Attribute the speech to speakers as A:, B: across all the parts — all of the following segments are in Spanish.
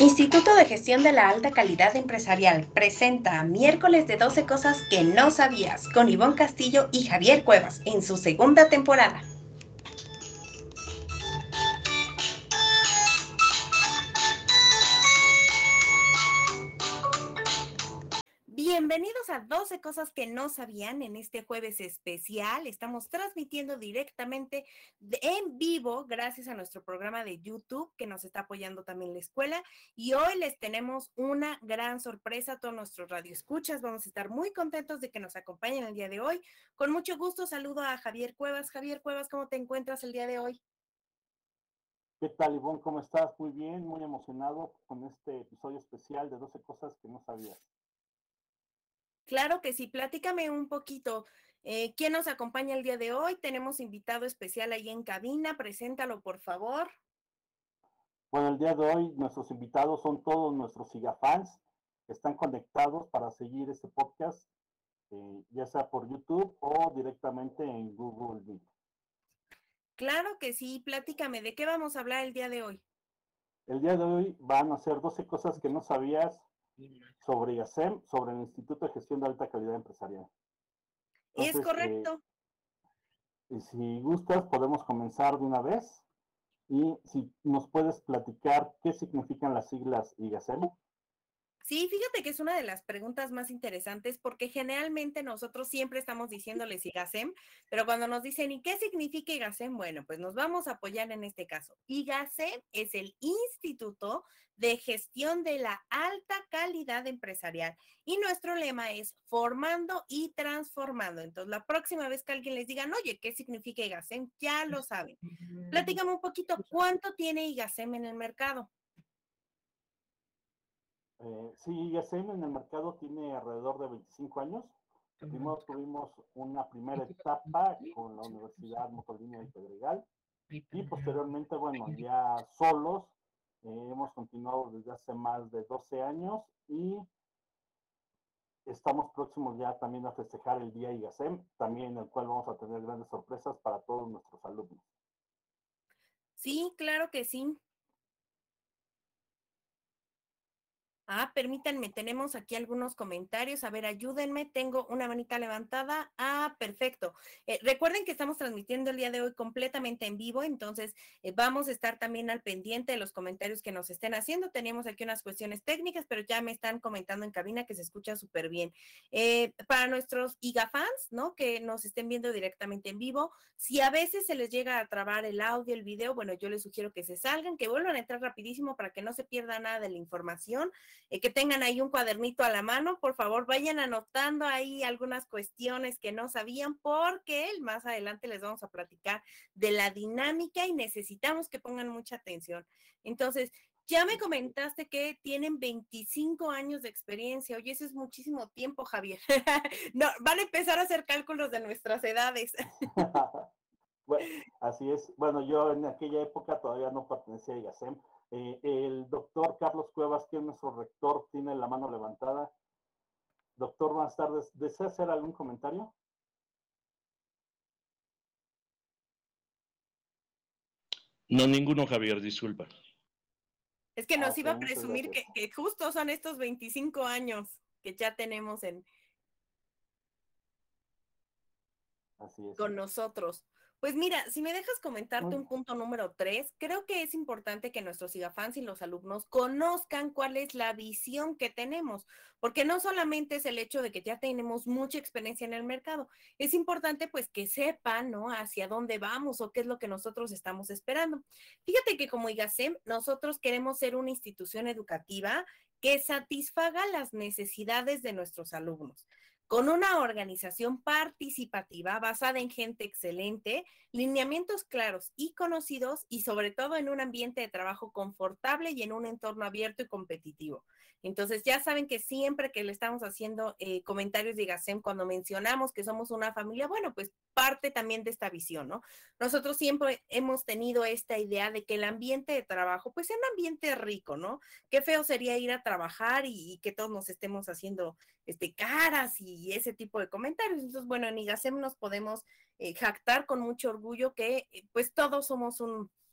A: Instituto de Gestión de la Alta Calidad Empresarial presenta Miércoles de 12 Cosas que no sabías con Ivonne Castillo y Javier Cuevas en su segunda temporada. Bienvenidos a 12 Cosas que no sabían en este jueves especial. Estamos transmitiendo directamente en vivo gracias a nuestro programa de YouTube que nos está apoyando también la escuela. Y hoy les tenemos una gran sorpresa a todos nuestros radioescuchas. Vamos a estar muy contentos de que nos acompañen el día de hoy. Con mucho gusto saludo a Javier Cuevas. Javier Cuevas, ¿cómo te encuentras el día de hoy?
B: ¿Qué tal, Ivonne? ¿Cómo estás? Muy bien, muy emocionado con este episodio especial de 12 cosas que no sabías.
A: Claro que sí, platícame un poquito. ¿Quién nos acompaña el día de hoy? Tenemos invitado especial ahí en cabina, preséntalo por favor.
B: Bueno, el día de hoy nuestros invitados son todos nuestros SIGAFans que están conectados para seguir este podcast, ya sea por YouTube o directamente en Google Meet.
A: Claro que sí, platícame, ¿de qué vamos a hablar el día de hoy?
B: El día de hoy van a ser 12 cosas que no sabías sobre IACEM, sobre el Instituto de Gestión de Alta Calidad Empresarial.
A: Es
B: Entonces,
A: correcto.
B: si gustas, podemos comenzar de una vez. Y si nos puedes platicar qué significan las siglas IGACEM.
A: Sí, fíjate que es una de las preguntas más interesantes porque generalmente nosotros siempre estamos diciéndoles IGACEM, pero cuando nos dicen ¿y qué significa IGACEM? Bueno, pues nos vamos a apoyar en este caso. IGACEM es el Instituto de Gestión de la Alta Calidad Empresarial y nuestro lema es formando y transformando. Entonces, la próxima vez que alguien les diga, oye, ¿qué significa IGACEM? Ya lo saben. Platícame un poquito, ¿cuánto tiene IGACEM en el mercado?
B: Sí, IGACEM en el mercado tiene alrededor de 25 años. Primero tuvimos una primera etapa con la Universidad Motolinía de Pedregal y posteriormente, bueno, ya solos hemos continuado desde hace más de 12 años y estamos próximos ya también a festejar el Día IGACEM, también en el cual vamos a tener grandes sorpresas para todos nuestros alumnos.
A: Sí, claro que sí. Permítanme, tenemos aquí algunos comentarios. A ver, ayúdenme, tengo una manita levantada. Perfecto. Recuerden que estamos transmitiendo el día de hoy completamente en vivo, entonces vamos a estar también al pendiente de los comentarios que nos estén haciendo. Teníamos aquí unas cuestiones técnicas, pero ya me están comentando en cabina que se escucha súper bien. Para nuestros IGA-fans, ¿no? Que nos estén viendo directamente en vivo, si a veces se les llega a trabar el audio, el video, bueno, yo les sugiero que se salgan, que vuelvan a entrar rapidísimo para que no se pierda nada de la información. Que tengan ahí un cuadernito a la mano, por favor, vayan anotando ahí algunas cuestiones que no sabían, porque más adelante les vamos a platicar de la dinámica y necesitamos que pongan mucha atención. Entonces, ya me comentaste que tienen 25 años de experiencia. Oye, eso es muchísimo tiempo, Javier. No, van a empezar a hacer cálculos de nuestras edades.
B: Bueno, así es. Bueno, yo en aquella época todavía no pertenecía a IGACEM. El doctor Carlos Cuevas, que es nuestro rector, tiene la mano levantada. Doctor, buenas tardes. ¿Desea hacer algún comentario?
C: No, ninguno, Javier, disculpa.
A: Es que nos
B: Ok,
A: iba a
B: muchas
A: presumir
B: gracias.
A: que justo son estos 25 años que ya tenemos
B: Así es.
A: con nosotros. Pues mira, si me dejas comentarte un punto número 3, creo que es importante que nuestros sigafans y los alumnos conozcan cuál es la visión que tenemos, porque no solamente es el hecho de que ya tenemos mucha experiencia en el mercado, es importante pues que sepan, ¿no? Hacia dónde vamos o qué es lo que nosotros estamos esperando. Fíjate que como IGACEM, nosotros queremos ser una institución educativa que satisfaga las necesidades de nuestros alumnos con una organización participativa basada en gente excelente, lineamientos claros y conocidos y sobre todo en un ambiente de trabajo confortable y en un entorno abierto y competitivo. Entonces ya saben que siempre que le estamos haciendo comentarios de GACEM cuando mencionamos que somos una familia, bueno, pues parte también de esta visión, ¿no? Nosotros siempre hemos tenido esta idea de que el ambiente de trabajo, pues es un ambiente rico, ¿no? Qué feo sería ir a trabajar y que todos nos estemos haciendo caras y ese tipo de comentarios. Entonces, bueno, en IGACEM nos podemos jactar con mucho orgullo que pues todos somos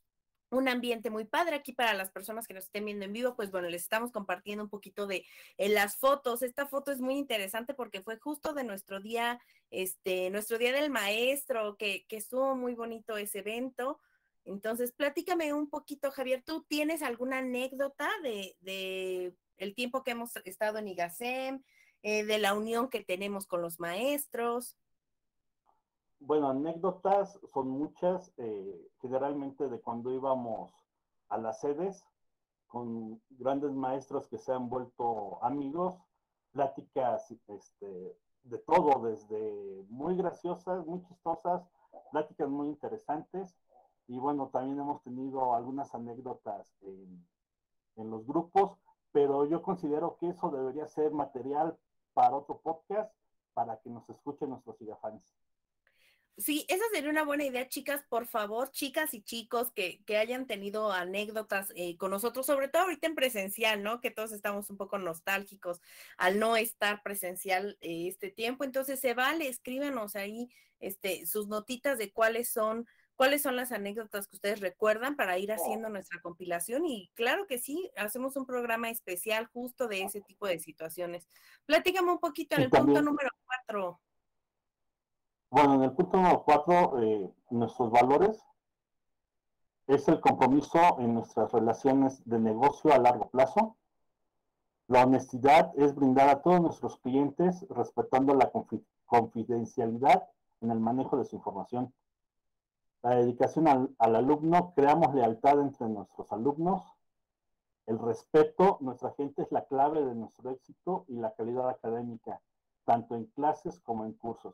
A: un ambiente muy padre aquí para las personas que nos estén viendo en vivo, pues bueno, les estamos compartiendo un poquito de las fotos. Esta foto es muy interesante porque fue justo de nuestro día del maestro, que estuvo muy bonito ese evento. Entonces, platícame un poquito, Javier, ¿tú tienes alguna anécdota de el tiempo que hemos estado en IGACEM, de la unión que tenemos con los maestros?
B: Bueno, anécdotas son muchas, generalmente de cuando íbamos a las sedes con grandes maestros que se han vuelto amigos, pláticas de todo, desde muy graciosas, muy chistosas, pláticas muy interesantes. Y bueno, también hemos tenido algunas anécdotas en los grupos, pero yo considero que eso debería ser material para otro podcast, para que nos escuchen nuestros sigafans.
A: Sí, esa sería una buena idea, chicas. Por favor, chicas y chicos que hayan tenido anécdotas con nosotros, sobre todo ahorita en presencial, ¿no? Que todos estamos un poco nostálgicos al no estar presencial este tiempo. Entonces, se vale, escríbanos ahí sus notitas de cuáles son las anécdotas que ustedes recuerdan para ir haciendo nuestra compilación. Y claro que sí, hacemos un programa especial justo de ese tipo de situaciones. Platícame un poquito en
B: Y
A: el punto
B: también,
A: número 4.
B: bueno, en el punto número 4, nuestros valores es el compromiso en nuestras relaciones de negocio a largo plazo. La honestidad es brindar a todos nuestros clientes respetando la confidencialidad en el manejo de su información. La dedicación al alumno, creamos lealtad entre nuestros alumnos. El respeto, nuestra gente es la clave de nuestro éxito y la calidad académica, tanto en clases como en cursos.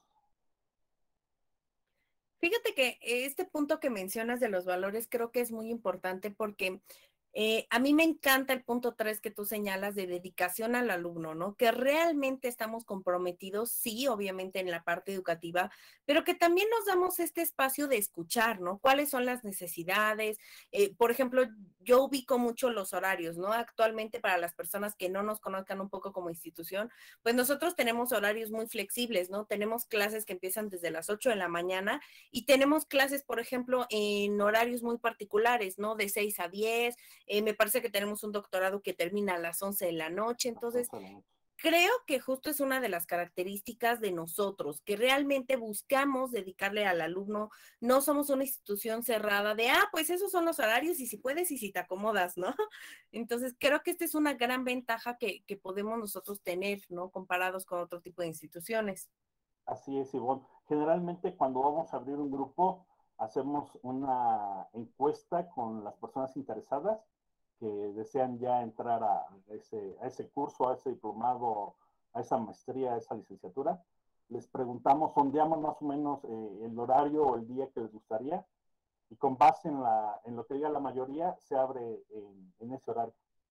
A: Fíjate que este punto que mencionas de los valores creo que es muy importante porque a mí me encanta el punto 3 que tú señalas de dedicación al alumno, ¿no? Que realmente estamos comprometidos, sí, obviamente en la parte educativa, pero que también nos damos este espacio de escuchar, ¿no? ¿Cuáles son las necesidades? Por ejemplo, yo ubico mucho los horarios, ¿no? Actualmente para las personas que no nos conozcan un poco como institución, pues nosotros tenemos horarios muy flexibles, ¿no? Tenemos clases que empiezan desde las 8 de la mañana y tenemos clases, por ejemplo, en horarios muy particulares, ¿no? De 6 a 10. Me parece que tenemos un doctorado que termina a las 11 de la noche. Entonces, creo que justo es una de las características de nosotros, que realmente buscamos dedicarle al alumno. No somos una institución cerrada de, pues esos son los horarios y si puedes y si te acomodas, ¿no? Entonces, creo que esta es una gran ventaja que podemos nosotros tener, ¿no? Comparados con otro tipo de instituciones.
B: Así es, Ivonne. Generalmente cuando vamos a abrir un grupo, hacemos una encuesta con las personas interesadas que desean ya entrar a ese curso, a ese diplomado, a esa maestría, a esa licenciatura. Les preguntamos, sondeamos más o menos el horario o el día que les gustaría y con base en lo que diga la mayoría, se abre en ese horario.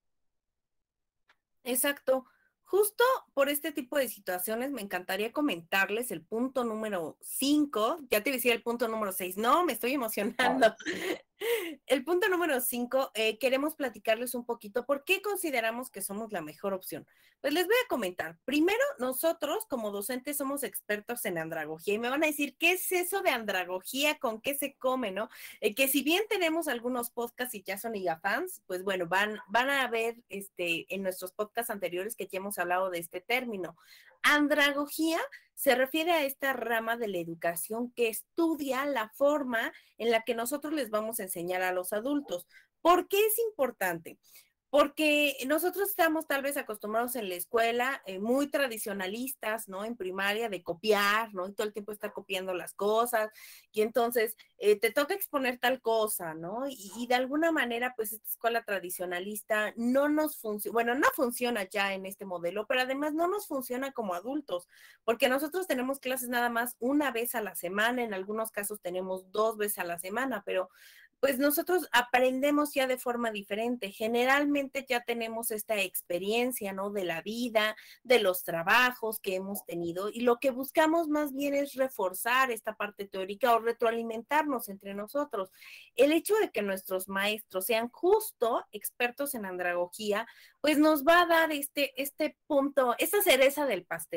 A: Exacto. Justo por este tipo de situaciones me encantaría comentarles el punto número 5. Ya te decía el punto número 6. No, me estoy emocionando. El punto número 5, queremos platicarles un poquito por qué consideramos que somos la mejor opción. Pues les voy a comentar. Primero, nosotros como docentes somos expertos en andragogía y me van a decir, ¿qué es eso de andragogía? ¿Con qué se come, no? Que si bien tenemos algunos podcasts y ya son IGAFans, pues bueno, van a ver en nuestros podcasts anteriores que ya hemos hablado de este término. Andragogía se refiere a esta rama de la educación que estudia la forma en la que nosotros les vamos a enseñar a los adultos. ¿Por qué es importante? Porque nosotros estamos tal vez acostumbrados en la escuela, muy tradicionalistas, ¿no? En primaria, de copiar, ¿no? Y todo el tiempo estar copiando las cosas, y entonces te toca exponer tal cosa, ¿no? Y de alguna manera, pues esta escuela tradicionalista no nos funciona, bueno, no funciona ya en este modelo, pero además no nos funciona como adultos, porque nosotros tenemos clases nada más una vez a la semana, en algunos casos tenemos 2 veces a la semana, pero pues nosotros aprendemos ya de forma diferente. Generalmente ya tenemos esta experiencia, ¿no? De la vida, de los trabajos que hemos tenido y lo que buscamos más bien es reforzar esta parte teórica o retroalimentarnos entre nosotros. El hecho de que nuestros maestros sean justo expertos en andragogía, pues nos va a dar este punto, esta cereza del pastel.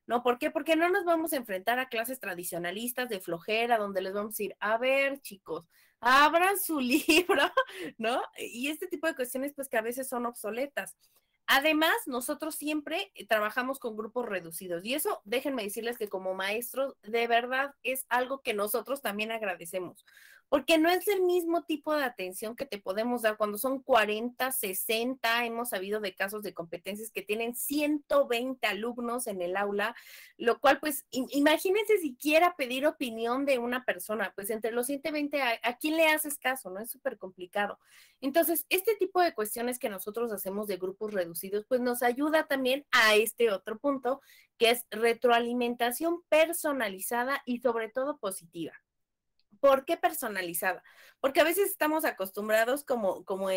A: ¿no? ¿Por qué? Porque no nos vamos a enfrentar a clases tradicionalistas de flojera, donde les vamos a decir, a ver, chicos, abran su libro, ¿no? Y este tipo de cuestiones, pues que a veces son obsoletas. Además, nosotros siempre trabajamos con grupos reducidos y eso, déjenme decirles que como maestros, de verdad es algo que nosotros también agradecemos, porque no es el mismo tipo de atención que te podemos dar cuando son 40, 60, hemos sabido de casos de competencias que tienen 120 alumnos en el aula, lo cual pues imagínense siquiera pedir opinión de una persona, pues entre los 120, ¿a quién le haces caso? ¿No? Es súper complicado. Entonces, este tipo de cuestiones que nosotros hacemos de grupos reducidos, pues nos ayuda también a este otro punto, que es retroalimentación personalizada y sobre todo positiva. ¿Por qué personalizada? Porque a veces estamos acostumbrados como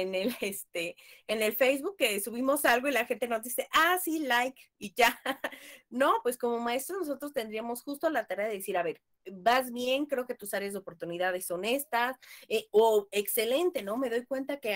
A: en el Facebook que subimos algo y la gente nos dice, ah, sí, like, y ya. No, pues como maestros nosotros tendríamos justo la tarea de decir, a ver, vas bien, creo que tus áreas de oportunidades son estas, o excelente, ¿no? Me doy cuenta que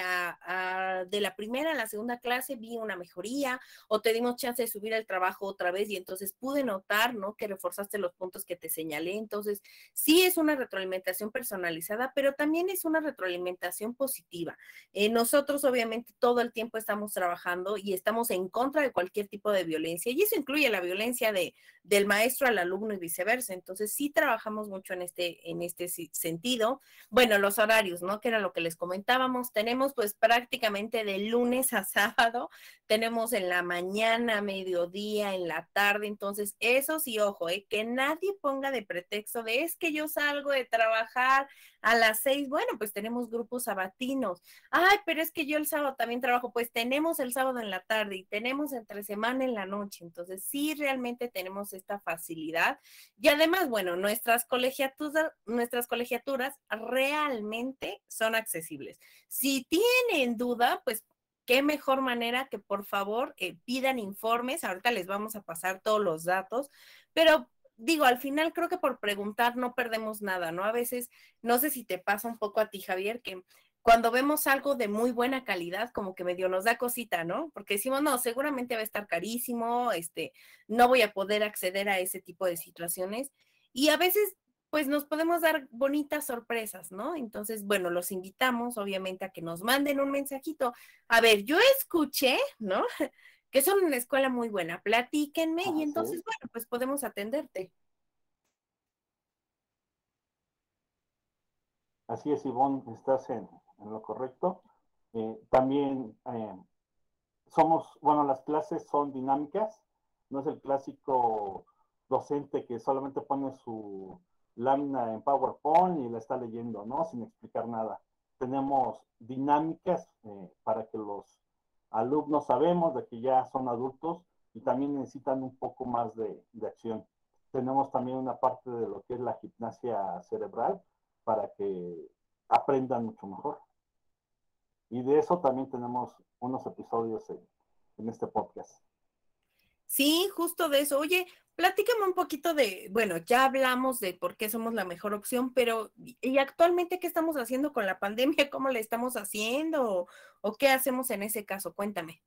A: de la primera a la segunda clase vi una mejoría, o te dimos chance de subir el trabajo otra vez y entonces pude notar, ¿no? Que reforzaste los puntos que te señalé. Entonces, sí es una retroalimentación personalizada, pero también es una retroalimentación positiva. Nosotros obviamente todo el tiempo estamos trabajando y estamos en contra de cualquier tipo de violencia y eso incluye la violencia del maestro al alumno y viceversa. Entonces sí trabajamos mucho en este sentido. Bueno, los horarios, ¿no? Que era lo que les comentábamos. Tenemos pues prácticamente de lunes a sábado, tenemos en la mañana, mediodía, en la tarde. Entonces eso sí, ojo, que nadie ponga de pretexto de es que yo salgo de trabajar a las 6, bueno, pues tenemos grupos sabatinos. Ay, pero es que yo el sábado también trabajo, pues tenemos el sábado en la tarde y tenemos entre semana en la noche. Entonces sí, realmente tenemos esta facilidad. Y además, bueno, nuestras colegiaturas realmente son accesibles. Si tienen duda, pues qué mejor manera que por favor pidan informes. Ahorita les vamos a pasar todos los datos, pero digo, al final creo que por preguntar no perdemos nada, ¿no? A veces, no sé si te pasa un poco a ti, Javier, que cuando vemos algo de muy buena calidad, como que medio nos da cosita, ¿no? Porque decimos, no, seguramente va a estar carísimo, no voy a poder acceder a ese tipo de situaciones. Y a veces, pues nos podemos dar bonitas sorpresas, ¿no? Entonces, bueno, los invitamos, obviamente, a que nos manden un mensajito. A ver, yo escuché, ¿no? Que son una escuela muy buena, platíquenme y entonces, bueno, pues podemos atenderte.
B: Así es, Ivonne, estás en lo correcto. También bueno, las clases son dinámicas, no es el clásico docente que solamente pone su lámina en PowerPoint y la está leyendo, ¿no? Sin explicar nada. Tenemos dinámicas para que los alumnos sabemos de que ya son adultos y también necesitan un poco más de acción. Tenemos también una parte de lo que es la gimnasia cerebral para que aprendan mucho mejor. Y de eso también tenemos unos episodios en este podcast.
A: Sí, justo de eso. Oye, platícame un poquito bueno, ya hablamos de por qué somos la mejor opción, pero ¿y actualmente qué estamos haciendo con la pandemia? ¿Cómo le estamos haciendo? ¿O qué hacemos en ese caso? Cuéntame.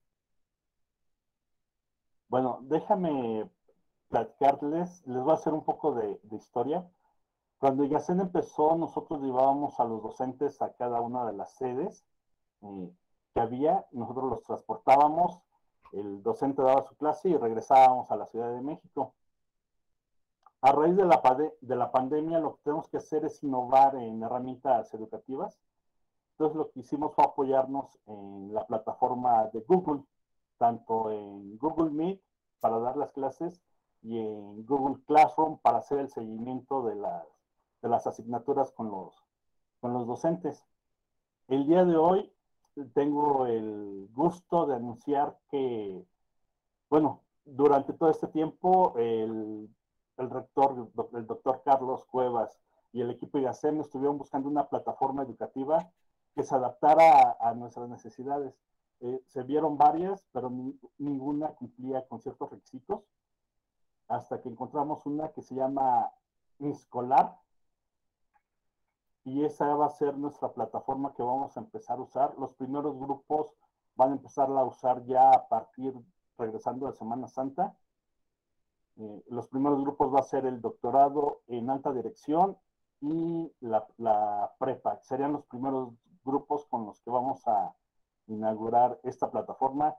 B: Bueno, déjame platicarles, les voy a hacer un poco de historia. Cuando YACEN empezó, nosotros llevábamos a los docentes a cada una de las sedes eh, que había, nosotros los transportábamos, el docente daba su clase y regresábamos a la Ciudad de México. A raíz de la pandemia, lo que tenemos que hacer es innovar en herramientas educativas. Entonces, lo que hicimos fue apoyarnos en la plataforma de Google, tanto en Google Meet para dar las clases y en Google Classroom para hacer el seguimiento de las asignaturas con los docentes. El día de hoy tengo el gusto de anunciar que, bueno, durante todo este tiempo, el rector, el doctor Carlos Cuevas y el equipo de IACEM estuvieron buscando una plataforma educativa que se adaptara a nuestras necesidades. Se vieron varias, pero ninguna cumplía con ciertos requisitos, hasta que encontramos una que se llama Inscolar, y esa va a ser nuestra plataforma que vamos a empezar a usar. Los primeros grupos van a empezar a usar ya a partir, regresando de Semana Santa. Los primeros grupos va a ser el doctorado en alta dirección y la prepa. Serían los primeros grupos con los que vamos a inaugurar esta plataforma.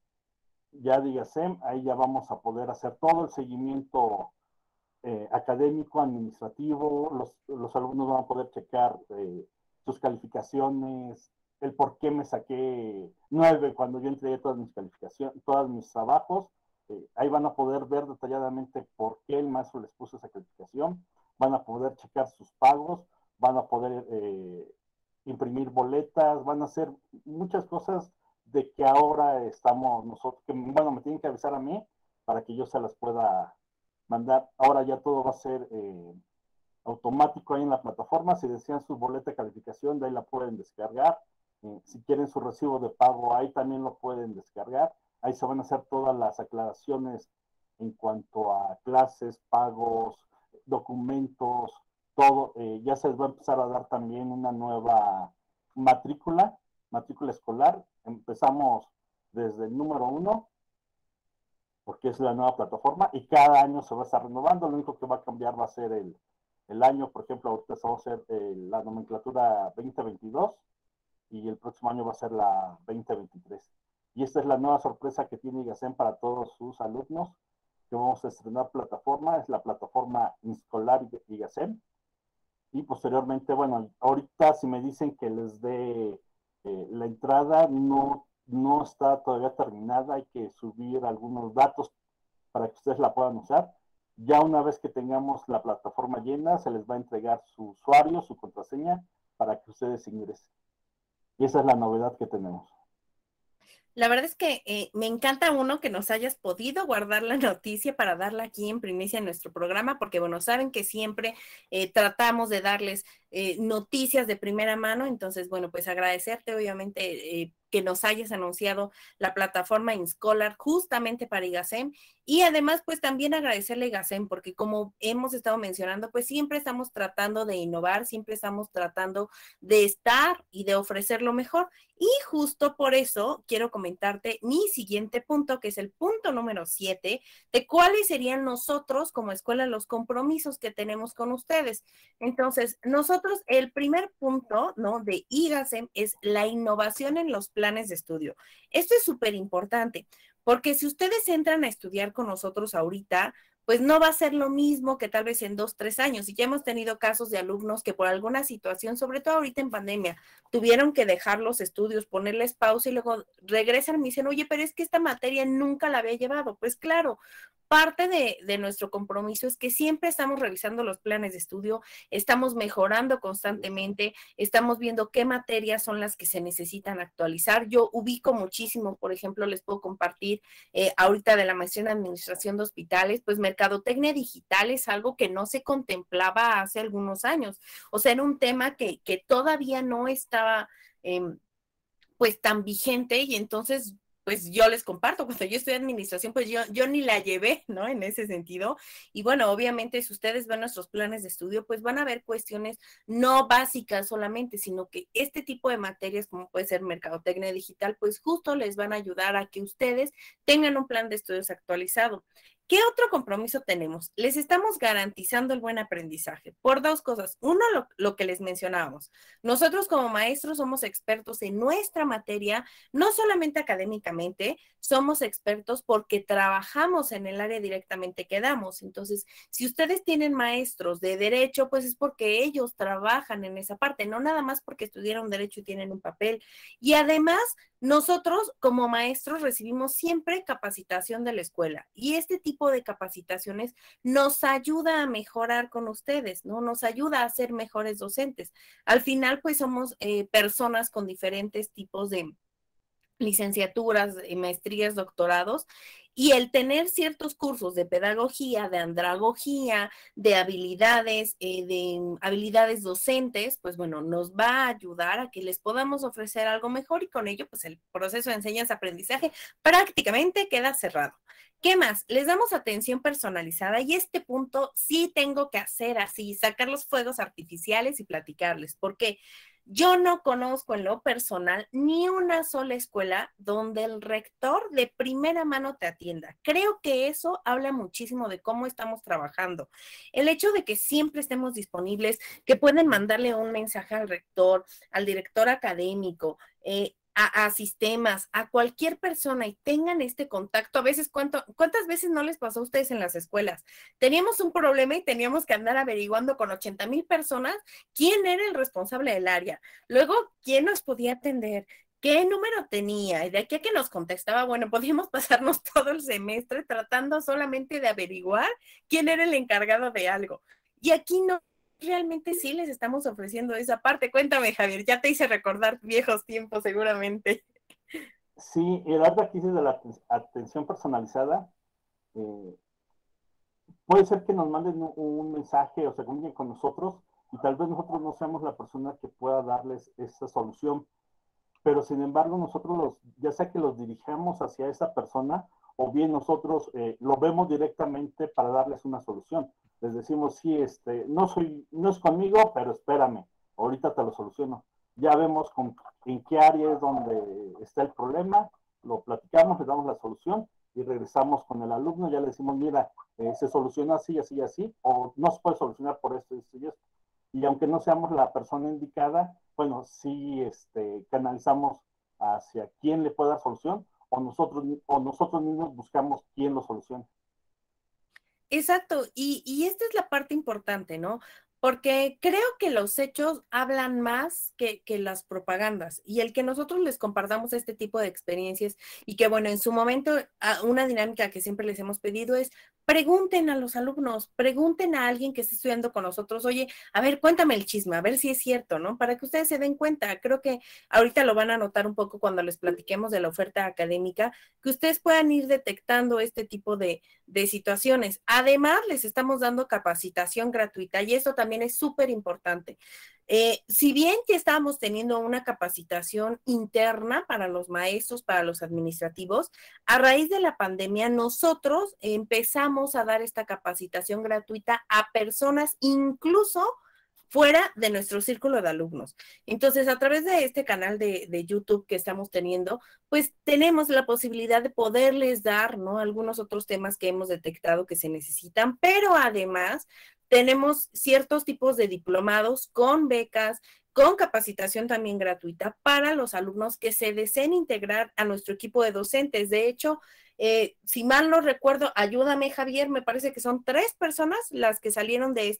B: Ya de IGACEM, ahí ya vamos a poder hacer todo el seguimiento académico, administrativo. Los alumnos van a poder checar sus calificaciones, el por qué me saqué 9 cuando yo entregué todas mis calificaciones, todos mis trabajos. Ahí van a poder ver detalladamente por qué el maestro les puso esa calificación, van a poder checar sus pagos, van a poder imprimir boletas, van a hacer muchas cosas de que ahora estamos nosotros, que bueno, me tienen que avisar a mí para que yo se las pueda mandar. Ahora ya todo va a ser automático ahí en la plataforma. Si desean su boleta de calificación, de ahí la pueden descargar. Si quieren su recibo de pago, ahí también lo pueden descargar. Ahí se van a hacer todas las aclaraciones en cuanto a clases, pagos, documentos, todo. Ya se les va a empezar a dar también una nueva matrícula escolar. Empezamos desde el número 1, porque es la nueva plataforma, y cada año se va a estar renovando. Lo único que va a cambiar va a ser el año. Por ejemplo, ahorita vamos a hacer la nomenclatura 2022 y el próximo año va a ser la 2023. Y esta es la nueva sorpresa que tiene IGACEM para todos sus alumnos, que vamos a estrenar plataforma. Es la plataforma Inscolar IGACEM. Y posteriormente, bueno, ahorita si me dicen que les dé la entrada, no está todavía terminada, hay que subir algunos datos para que ustedes la puedan usar. Ya una vez que tengamos la plataforma llena, se les va a entregar su usuario, su contraseña, para que ustedes ingresen. Y esa es la novedad que tenemos.
A: La verdad es que me encanta uno que nos hayas podido guardar la noticia para darla aquí en primicia en nuestro programa, porque bueno, saben que siempre tratamos de darles noticias de primera mano. Entonces, bueno, pues agradecerte obviamente que nos hayas anunciado la plataforma InScholar justamente para IGACEM, y además pues también agradecerle a IGACEM porque como hemos estado mencionando, pues siempre estamos tratando de innovar, siempre estamos tratando de estar y de ofrecer lo mejor. Y justo por eso quiero comentarte mi siguiente punto, que es el punto número 7, de cuáles serían nosotros como escuela los compromisos que tenemos con ustedes. Entonces, nosotros, el primer punto, ¿no?, de IGACEM es la innovación en los planes de estudio. Esto es súper importante, porque si ustedes entran a estudiar con nosotros ahorita, pues no va a ser lo mismo que tal vez en 2, 3 años. Y ya hemos tenido casos de alumnos que por alguna situación, sobre todo ahorita en pandemia, tuvieron que dejar los estudios, ponerles pausa y luego regresan y me dicen, oye, pero es que esta materia nunca la había llevado. Pues claro, parte de nuestro compromiso es que siempre estamos revisando los planes de estudio, estamos mejorando constantemente, estamos viendo qué materias son las que se necesitan actualizar. Yo ubico muchísimo, por ejemplo, les puedo compartir ahorita de la maestría en administración de hospitales, pues mercadotecnia digital es algo que no se contemplaba hace algunos años. O sea, era un tema que todavía no estaba pues tan vigente, y entonces pues yo les comparto, cuando yo estudié administración, pues yo ni la llevé, ¿no? En ese sentido. Y bueno, obviamente si ustedes ven nuestros planes de estudio, pues van a ver cuestiones no básicas solamente, sino que este tipo de materias, como puede ser mercadotecnia digital, pues justo les van a ayudar a que ustedes tengan un plan de estudios actualizado. ¿Qué otro compromiso tenemos? Les estamos garantizando el buen aprendizaje por dos cosas. Uno, lo que les mencionábamos. Nosotros como maestros somos expertos en nuestra materia, no solamente académicamente, somos expertos porque trabajamos en el área directamente que damos. Entonces, si ustedes tienen maestros de derecho, pues es porque ellos trabajan en esa parte, no nada más porque estudiaron derecho y tienen un papel. Y además, nosotros como maestros recibimos siempre capacitación de la escuela, y este tipo de capacitaciones nos ayuda a mejorar con ustedes, ¿no? Nos ayuda a ser mejores docentes. Al final, pues somos personas con diferentes tipos de licenciaturas, maestrías, doctorados, y el tener ciertos cursos de pedagogía, de andragogía, de habilidades docentes, pues bueno, nos va a ayudar a que les podamos ofrecer algo mejor, y con ello, pues el proceso de enseñanza-aprendizaje prácticamente queda cerrado. ¿Qué más? Les damos atención personalizada, y este punto sí tengo que hacer así, sacar los fuegos artificiales y platicarles. ¿Por qué? Yo no conozco en lo personal ni una sola escuela donde el rector de primera mano te atienda. Creo que eso habla muchísimo de cómo estamos trabajando. El hecho de que siempre estemos disponibles, que pueden mandarle un mensaje al rector, al director académico, a sistemas, a cualquier persona y tengan este contacto. A veces, ¿cuántas veces no les pasó a ustedes en las escuelas? Teníamos un problema y teníamos que andar averiguando con 80,000 personas quién era el responsable del área, luego quién nos podía atender, qué número tenía, y de aquí a que nos contestaba, bueno, podíamos pasarnos todo el semestre tratando solamente de averiguar quién era el encargado de algo. Y aquí no, realmente sí les estamos ofreciendo esa parte. Cuéntame, Javier, ya te hice recordar viejos tiempos seguramente.
B: Sí, el área que dices de la atención personalizada, eh, puede ser que nos manden un mensaje o se comuniquen con nosotros y tal vez nosotros no seamos la persona que pueda darles esa solución, pero sin embargo nosotros ya sea que los dirijamos hacia esa persona o bien nosotros lo vemos directamente para darles una solución. Les decimos, sí, no es conmigo, pero espérame, ahorita te lo soluciono. Ya vemos en qué área es donde está el problema, lo platicamos, le damos la solución y regresamos con el alumno, ya le decimos, mira, se soluciona así, así, así, o no se puede solucionar por esto, esto y esto. Y aunque no seamos la persona indicada, bueno, sí canalizamos hacia quién le puede dar solución o nosotros mismos buscamos quién lo solucione.
A: Exacto, y esta es la parte importante, ¿no? Porque creo que los hechos hablan más que las propagandas y el que nosotros les compartamos este tipo de experiencias y que, bueno, en su momento, una dinámica que siempre les hemos pedido es pregunten a los alumnos, pregunten a alguien que esté estudiando con nosotros, oye, a ver, cuéntame el chisme, a ver si es cierto, ¿no? Para que ustedes se den cuenta. Creo que ahorita lo van a notar un poco cuando les platiquemos de la oferta académica, que ustedes puedan ir detectando este tipo de situaciones. Además, les estamos dando capacitación gratuita y esto también es súper importante. Si bien ya estábamos teniendo una capacitación interna para los maestros, para los administrativos, a raíz de la pandemia nosotros empezamos a dar esta capacitación gratuita a personas incluso fuera de nuestro círculo de alumnos. Entonces, a través de este canal de YouTube que estamos teniendo, pues tenemos la posibilidad de poderles dar, ¿no? Algunos otros temas que hemos detectado que se necesitan, pero además tenemos ciertos tipos de diplomados con becas, con capacitación también gratuita para los alumnos que se deseen integrar a nuestro equipo de docentes. De hecho, si mal no recuerdo, ayúdame Javier, me parece que son 3 personas las que salieron de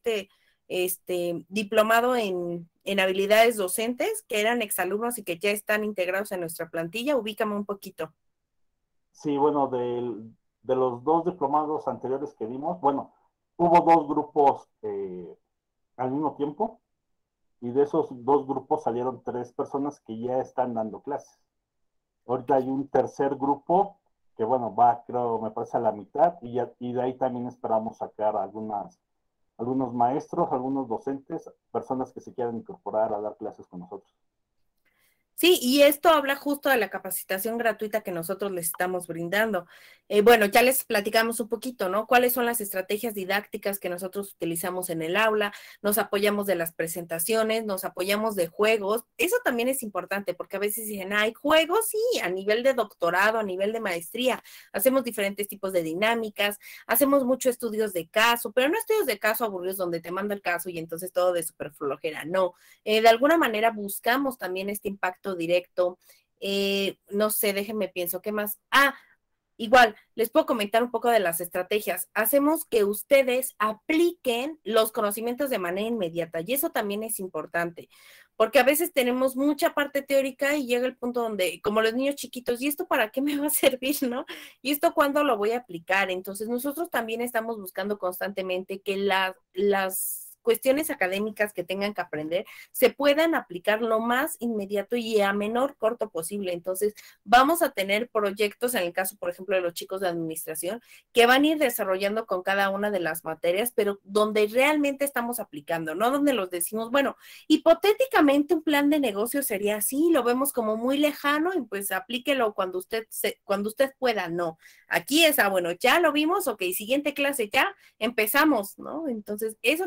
A: diplomado en habilidades docentes, que eran exalumnos y que ya están integrados en nuestra plantilla. Ubícame un poquito.
B: Sí, bueno, de los 2 diplomados anteriores que dimos, bueno, hubo 2 grupos al mismo tiempo y de esos 2 grupos salieron 3 personas que ya están dando clases. Ahorita hay un tercer grupo que, bueno, va, creo, me parece a la mitad y de ahí también esperamos sacar algunos maestros, algunos docentes, personas que se quieran incorporar a dar clases con nosotros.
A: Sí, y esto habla justo de la capacitación gratuita que nosotros les estamos brindando. Bueno, ya les platicamos un poquito, ¿no? ¿Cuáles son las estrategias didácticas que nosotros utilizamos en el aula? Nos apoyamos de las presentaciones, nos apoyamos de juegos. Eso también es importante porque a veces dicen, hay juegos, sí, a nivel de doctorado, a nivel de maestría. Hacemos diferentes tipos de dinámicas, hacemos muchos estudios de caso, pero no estudios de caso aburridos donde te mando el caso y entonces todo de súper flojera, no. De alguna manera buscamos también este impacto directo. No sé, déjenme pienso, ¿qué más? Igual, les puedo comentar un poco de las estrategias. Hacemos que ustedes apliquen los conocimientos de manera inmediata y eso también es importante, porque a veces tenemos mucha parte teórica y llega el punto donde, como los niños chiquitos, ¿y esto para qué me va a servir, no? ¿Y esto cuándo lo voy a aplicar? Entonces, nosotros también estamos buscando constantemente que las cuestiones académicas que tengan que aprender se puedan aplicar lo más inmediato y a menor corto posible. Entonces, vamos a tener proyectos, en el caso, por ejemplo, de los chicos de administración, que van a ir desarrollando con cada una de las materias, pero donde realmente estamos aplicando, no donde los decimos, bueno, hipotéticamente un plan de negocio sería así, lo vemos como muy lejano y pues aplíquelo cuando usted pueda, no. Aquí es, bueno, ya lo vimos, ok, siguiente clase, ya empezamos, ¿no? Entonces, eso también es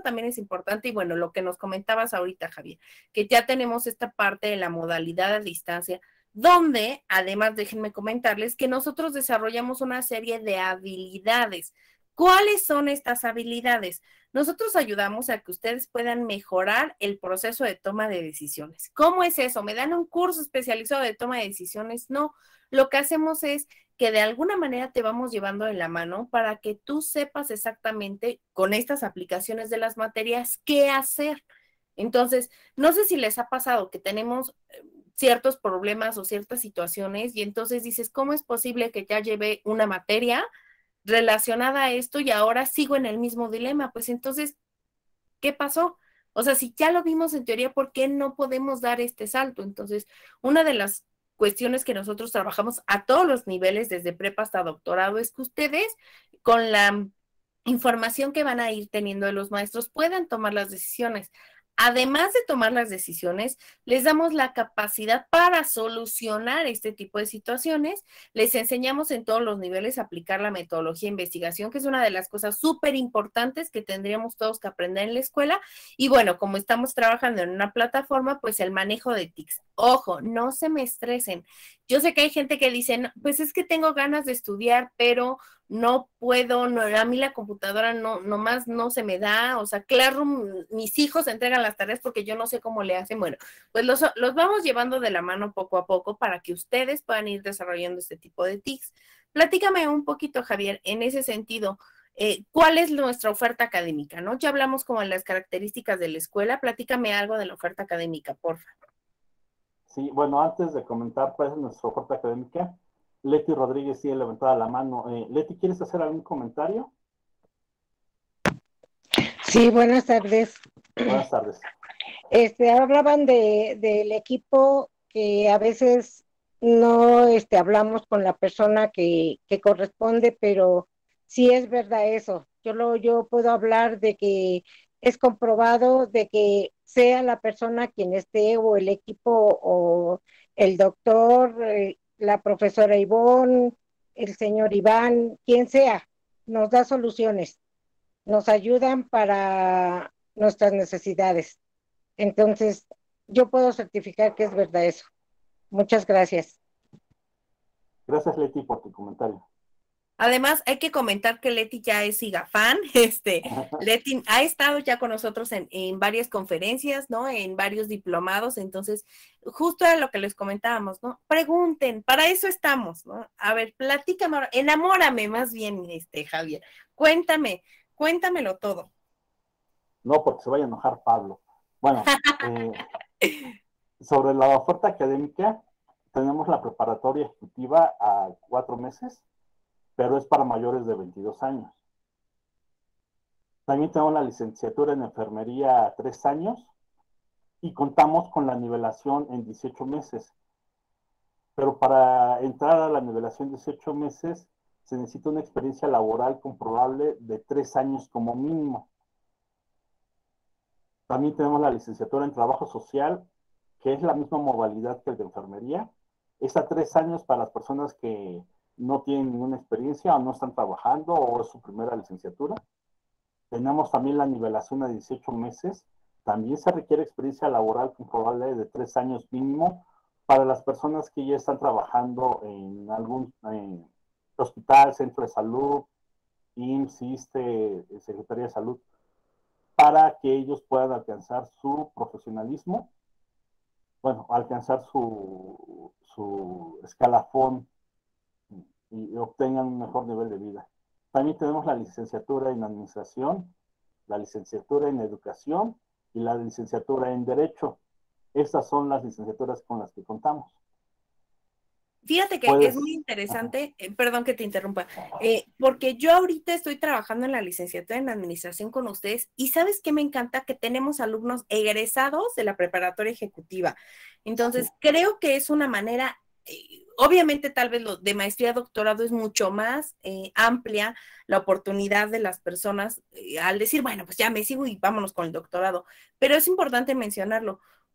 A: importante y bueno, lo que nos comentabas ahorita, Javier, que ya tenemos esta parte de la modalidad a distancia, donde además déjenme comentarles que nosotros desarrollamos una serie de habilidades. ¿Cuáles son estas habilidades? Nosotros ayudamos a que ustedes puedan mejorar el proceso de toma de decisiones. ¿Cómo es eso? ¿Me dan un curso especializado de toma de decisiones? No, lo que hacemos es que de alguna manera te vamos llevando de la mano para que tú sepas exactamente con estas aplicaciones de las materias qué hacer. Entonces, no sé si les ha pasado que tenemos ciertos problemas o ciertas situaciones y entonces dices, ¿cómo es posible que ya llevé una materia relacionada a esto y ahora sigo en el mismo dilema? Pues entonces, ¿qué pasó? O sea, si ya lo vimos en teoría, ¿por qué no podemos dar este salto? Entonces, una de las cuestiones que nosotros trabajamos a todos los niveles, desde prepa hasta doctorado, es que ustedes, con la información que van a ir teniendo de los maestros, puedan tomar las decisiones. Además de tomar las decisiones, les damos la capacidad para solucionar este tipo de situaciones. Les enseñamos en todos los niveles a aplicar la metodología de investigación, que es una de las cosas súper importantes que tendríamos todos que aprender en la escuela. Y bueno, como estamos trabajando en una plataforma, pues el manejo de TICs. Ojo, no se me estresen. Yo sé que hay gente que dice, no, pues es que tengo ganas de estudiar, pero no puedo, no, a mí la computadora no, nomás no se me da, o sea, Classroom, mis hijos entregan las tareas porque yo no sé cómo le hacen. Bueno, pues los vamos llevando de la mano poco a poco para que ustedes puedan ir desarrollando este tipo de TICs. Platícame un poquito, Javier, en ese sentido, ¿cuál es nuestra oferta académica, no? Ya hablamos como en las características de la escuela, platícame algo de la oferta académica, por favor.
B: Sí, bueno, antes de comentar cuál es nuestra oferta académica, Leti Rodríguez sigue levantada la mano. Leti, ¿quieres hacer algún comentario?
D: Sí, buenas tardes.
B: Buenas tardes.
D: Hablaban del equipo que a veces no hablamos con la persona que corresponde, pero sí es verdad eso. Yo puedo hablar de que es comprobado de que sea la persona quien esté o el equipo o el doctor, la profesora Ivonne, el señor Iván, quien sea, nos da soluciones, nos ayudan para nuestras necesidades. Entonces, yo puedo certificar que es verdad eso. Muchas gracias.
B: Gracias, Leti, por tu comentario.
A: Además, hay que comentar que Leti ya es sigafán. Leti ha estado ya con nosotros en varias conferencias, ¿no? En varios diplomados. Entonces, justo era lo que les comentábamos, ¿no? Pregunten, para eso estamos, ¿no? A ver, platícame, enamórame más bien, Javier. Cuéntamelo todo.
B: No, porque se vaya a enojar Pablo. Bueno, sobre la oferta académica, tenemos la preparatoria ejecutiva a 4 meses, pero es para mayores de 22 años. También tenemos la licenciatura en enfermería a 3 años y contamos con la nivelación en 18 meses. Pero para entrar a la nivelación 18 meses se necesita una experiencia laboral comprobable de 3 años como mínimo. También tenemos la licenciatura en trabajo social, que es la misma modalidad que el de enfermería. Es a 3 años para las personas que no tienen ninguna experiencia o no están trabajando o es su primera licenciatura. Tenemos también la nivelación a 18 meses. También se requiere experiencia laboral comprobable de 3 años mínimo para las personas que ya están trabajando en algún hospital, centro de salud, IMSS, ISSSTE, Secretaría de Salud, para que ellos puedan alcanzar su profesionalismo, bueno, alcanzar su escalafón y obtengan un mejor nivel de vida. También tenemos la licenciatura en administración, la licenciatura en educación y la licenciatura en derecho. Estas son las licenciaturas con las que contamos.
A: Fíjate que es muy interesante, perdón que te interrumpa, porque yo ahorita estoy trabajando en la licenciatura en administración con ustedes y ¿sabes qué me encanta? Que tenemos alumnos egresados de la preparatoria ejecutiva. Entonces, creo que es una manera, obviamente tal vez lo de maestría, doctorado es mucho más amplia la oportunidad de las personas al decir, bueno, pues ya me sigo y vámonos con el doctorado, pero es importante mencionarlo.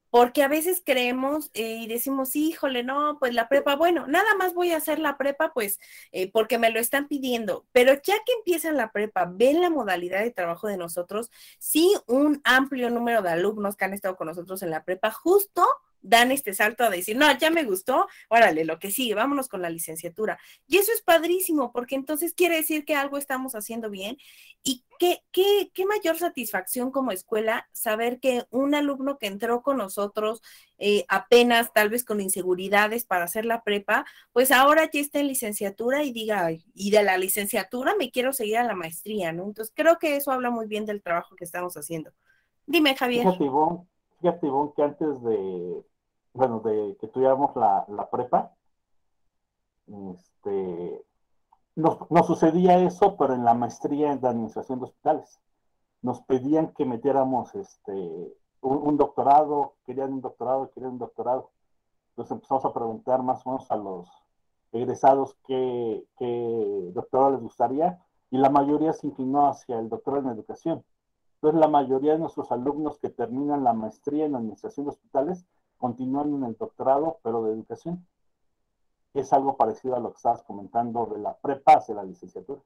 A: porque a veces creemos y decimos, híjole, no, pues la prepa, bueno, nada más voy a hacer la prepa, pues porque me lo están pidiendo, pero ya que empiezan la prepa, ven la modalidad de trabajo de nosotros, sí, un amplio número de alumnos que han estado con nosotros en la prepa, justo dan este salto a decir, no, ya me gustó, órale, lo que sigue, vámonos con la licenciatura. Y eso es padrísimo, porque entonces quiere decir que algo estamos haciendo bien. Y qué mayor satisfacción como escuela saber que un alumno que entró con nosotros apenas, tal vez con inseguridades para hacer la prepa, pues ahora ya está en licenciatura y diga, "Ay, y de la licenciatura me quiero seguir a la maestría, ¿no?" Entonces creo que eso habla muy bien del trabajo que estamos haciendo. Dime, Javier.
B: Fíjate, Ivonne, que antes de que tuviéramos la prepa, este, nos sucedía eso, pero en la maestría de administración de hospitales. Nos pedían que metiéramos un doctorado, querían un doctorado, querían un doctorado. Entonces empezamos a preguntar más o menos a los egresados qué doctorado les gustaría, y la mayoría se inclinó hacia el doctorado en educación. Entonces la mayoría de nuestros alumnos que terminan la maestría en administración de hospitales continúan en el doctorado, pero de educación. Es algo parecido a lo que estabas comentando de la prepa hacia la licenciatura.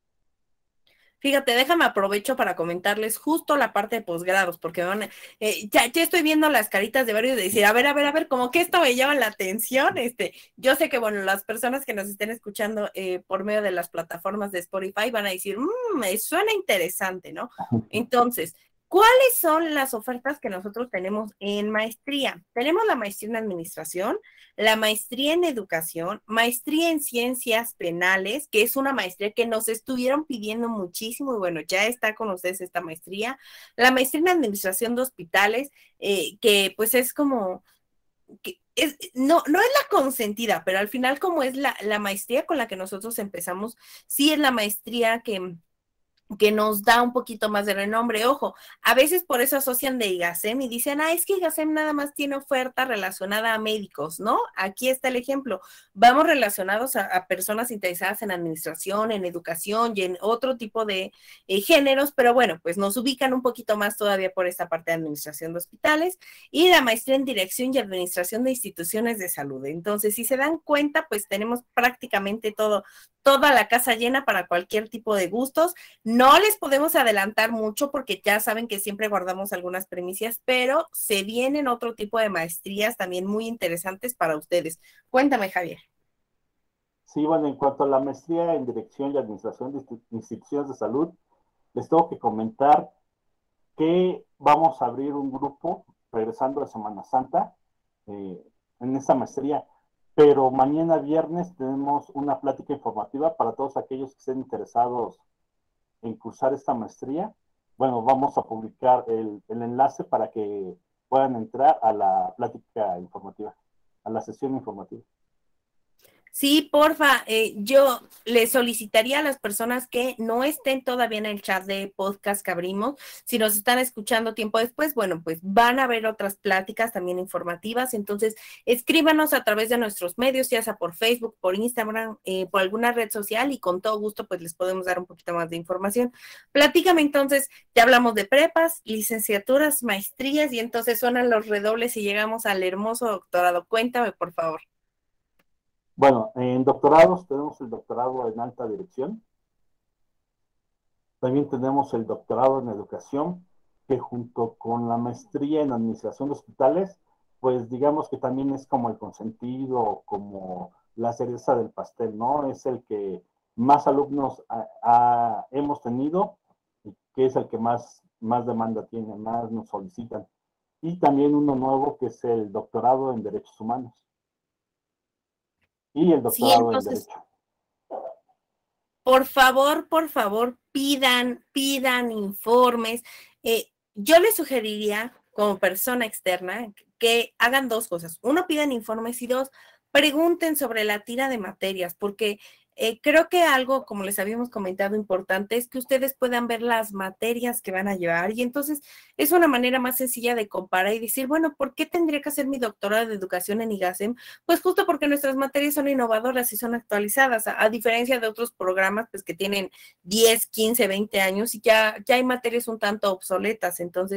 A: Fíjate, déjame aprovecho para comentarles justo la parte de posgrados, porque ya estoy viendo las caritas de varios de decir, a ver, como que esto me llama la atención. Yo sé que, bueno, las personas que nos estén escuchando por medio de las plataformas de Spotify van a decir, me suena interesante, ¿no? Entonces, ¿cuáles son las ofertas que nosotros tenemos en maestría? Tenemos la maestría en administración, la maestría en educación, maestría en ciencias penales, que es una maestría que nos estuvieron pidiendo muchísimo y bueno, ya está con ustedes esta maestría, la maestría en administración de hospitales, que pues es como, no es la consentida, pero al final como es la maestría con la que nosotros empezamos, sí es la maestría que nos da un poquito más de renombre. Ojo, a veces por eso asocian de IGACEM y dicen, es que IGACEM nada más tiene oferta relacionada a médicos, ¿no? Aquí está el ejemplo. Vamos relacionados a personas interesadas en administración, en educación y en otro tipo de géneros, pero bueno, pues nos ubican un poquito más todavía por esta parte de administración de hospitales y la maestría en dirección y administración de instituciones de salud. Entonces, si se dan cuenta, pues tenemos prácticamente toda la casa llena para cualquier tipo de gustos. No les podemos adelantar mucho porque ya saben que siempre guardamos algunas primicias, pero se vienen otro tipo de maestrías también muy interesantes para ustedes. Cuéntame, Javier.
B: Sí, bueno, en cuanto a la maestría en Dirección y Administración de Instituciones de Salud, les tengo que comentar que vamos a abrir un grupo regresando de Semana Santa en esta maestría, pero mañana viernes tenemos una plática informativa para todos aquellos que estén interesados en cursar esta maestría. Bueno, vamos a publicar el enlace para que puedan entrar a la plática informativa, a la sesión informativa.
A: Sí, porfa, yo le solicitaría a las personas que no estén todavía en el chat de podcast que abrimos, si nos están escuchando tiempo después, bueno, pues van a ver otras pláticas también informativas, entonces escríbanos a través de nuestros medios, ya sea por Facebook, por Instagram, por alguna red social y con todo gusto pues les podemos dar un poquito más de información. Platícame entonces, ya hablamos de prepas, licenciaturas, maestrías y entonces suenan los redobles y llegamos al hermoso doctorado. Cuéntame, por favor.
B: Bueno, en doctorados tenemos el doctorado en alta dirección. También tenemos el doctorado en educación, que junto con la maestría en administración de hospitales, pues digamos que también es como el consentido, como la cereza del pastel, ¿no? Es el que más alumnos hemos tenido y que es el que más demanda tiene, más nos solicitan. Y también uno nuevo que es el doctorado en Derechos Humanos y el doctorado
A: Sí, entonces,
B: en Derecho.
A: por favor, pidan informes. Yo les sugeriría, como persona externa, que hagan dos cosas. Uno, pidan informes y dos, pregunten sobre la tira de materias, porque creo que algo, como les habíamos comentado, importante es que ustedes puedan ver las materias que van a llevar y entonces es una manera más sencilla de comparar y decir, bueno, ¿por qué tendría que hacer mi doctorado de educación en IGACEM? Pues justo porque nuestras materias son innovadoras y son actualizadas, a diferencia de otros programas pues que tienen 10, 15, 20 años y ya hay materias un tanto obsoletas. Entonces,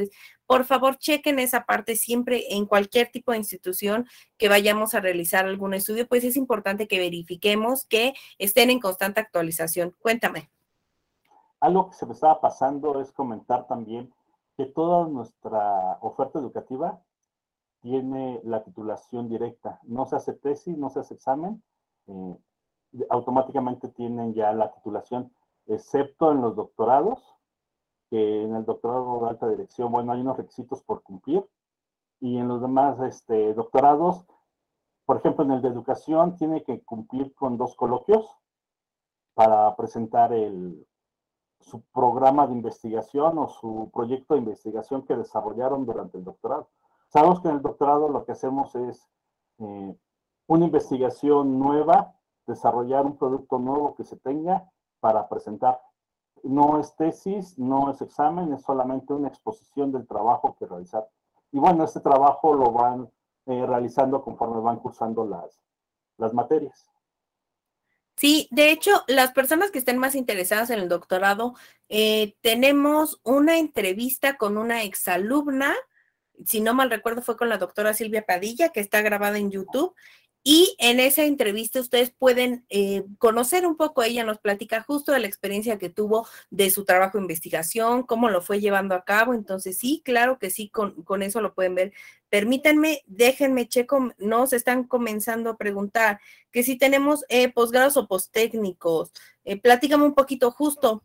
A: por favor chequen esa parte siempre en cualquier tipo de institución que vayamos a realizar algún estudio, pues es importante que verifiquemos que estén en constante actualización. Cuéntame.
B: Algo que se me estaba pasando es comentar también que toda nuestra oferta educativa tiene la titulación directa. No se hace tesis, no se hace examen, automáticamente tienen ya la titulación, excepto en los doctorados, que en el doctorado de alta dirección, bueno, hay unos requisitos por cumplir, y en los demás doctorados, por ejemplo, en el de educación, tiene que cumplir con 2 coloquios para presentar su programa de investigación o su proyecto de investigación que desarrollaron durante el doctorado. Sabemos que en el doctorado lo que hacemos es una investigación nueva, desarrollar un producto nuevo que se tenga para presentar. No es tesis, no es examen, es solamente una exposición del trabajo que realizar. Y bueno, este trabajo lo van realizando conforme van cursando las materias.
A: Sí, de hecho, las personas que estén más interesadas en el doctorado, tenemos una entrevista con una exalumna, si no mal recuerdo fue con la doctora Silvia Padilla, que está grabada en YouTube, y en esa entrevista ustedes pueden conocer un poco, ella nos platica justo de la experiencia que tuvo de su trabajo de investigación, cómo lo fue llevando a cabo, entonces sí, claro que sí, con eso lo pueden ver. Permítanme, déjenme checo, nos están comenzando a preguntar que si tenemos posgrados o posttécnicos, platícame un poquito justo.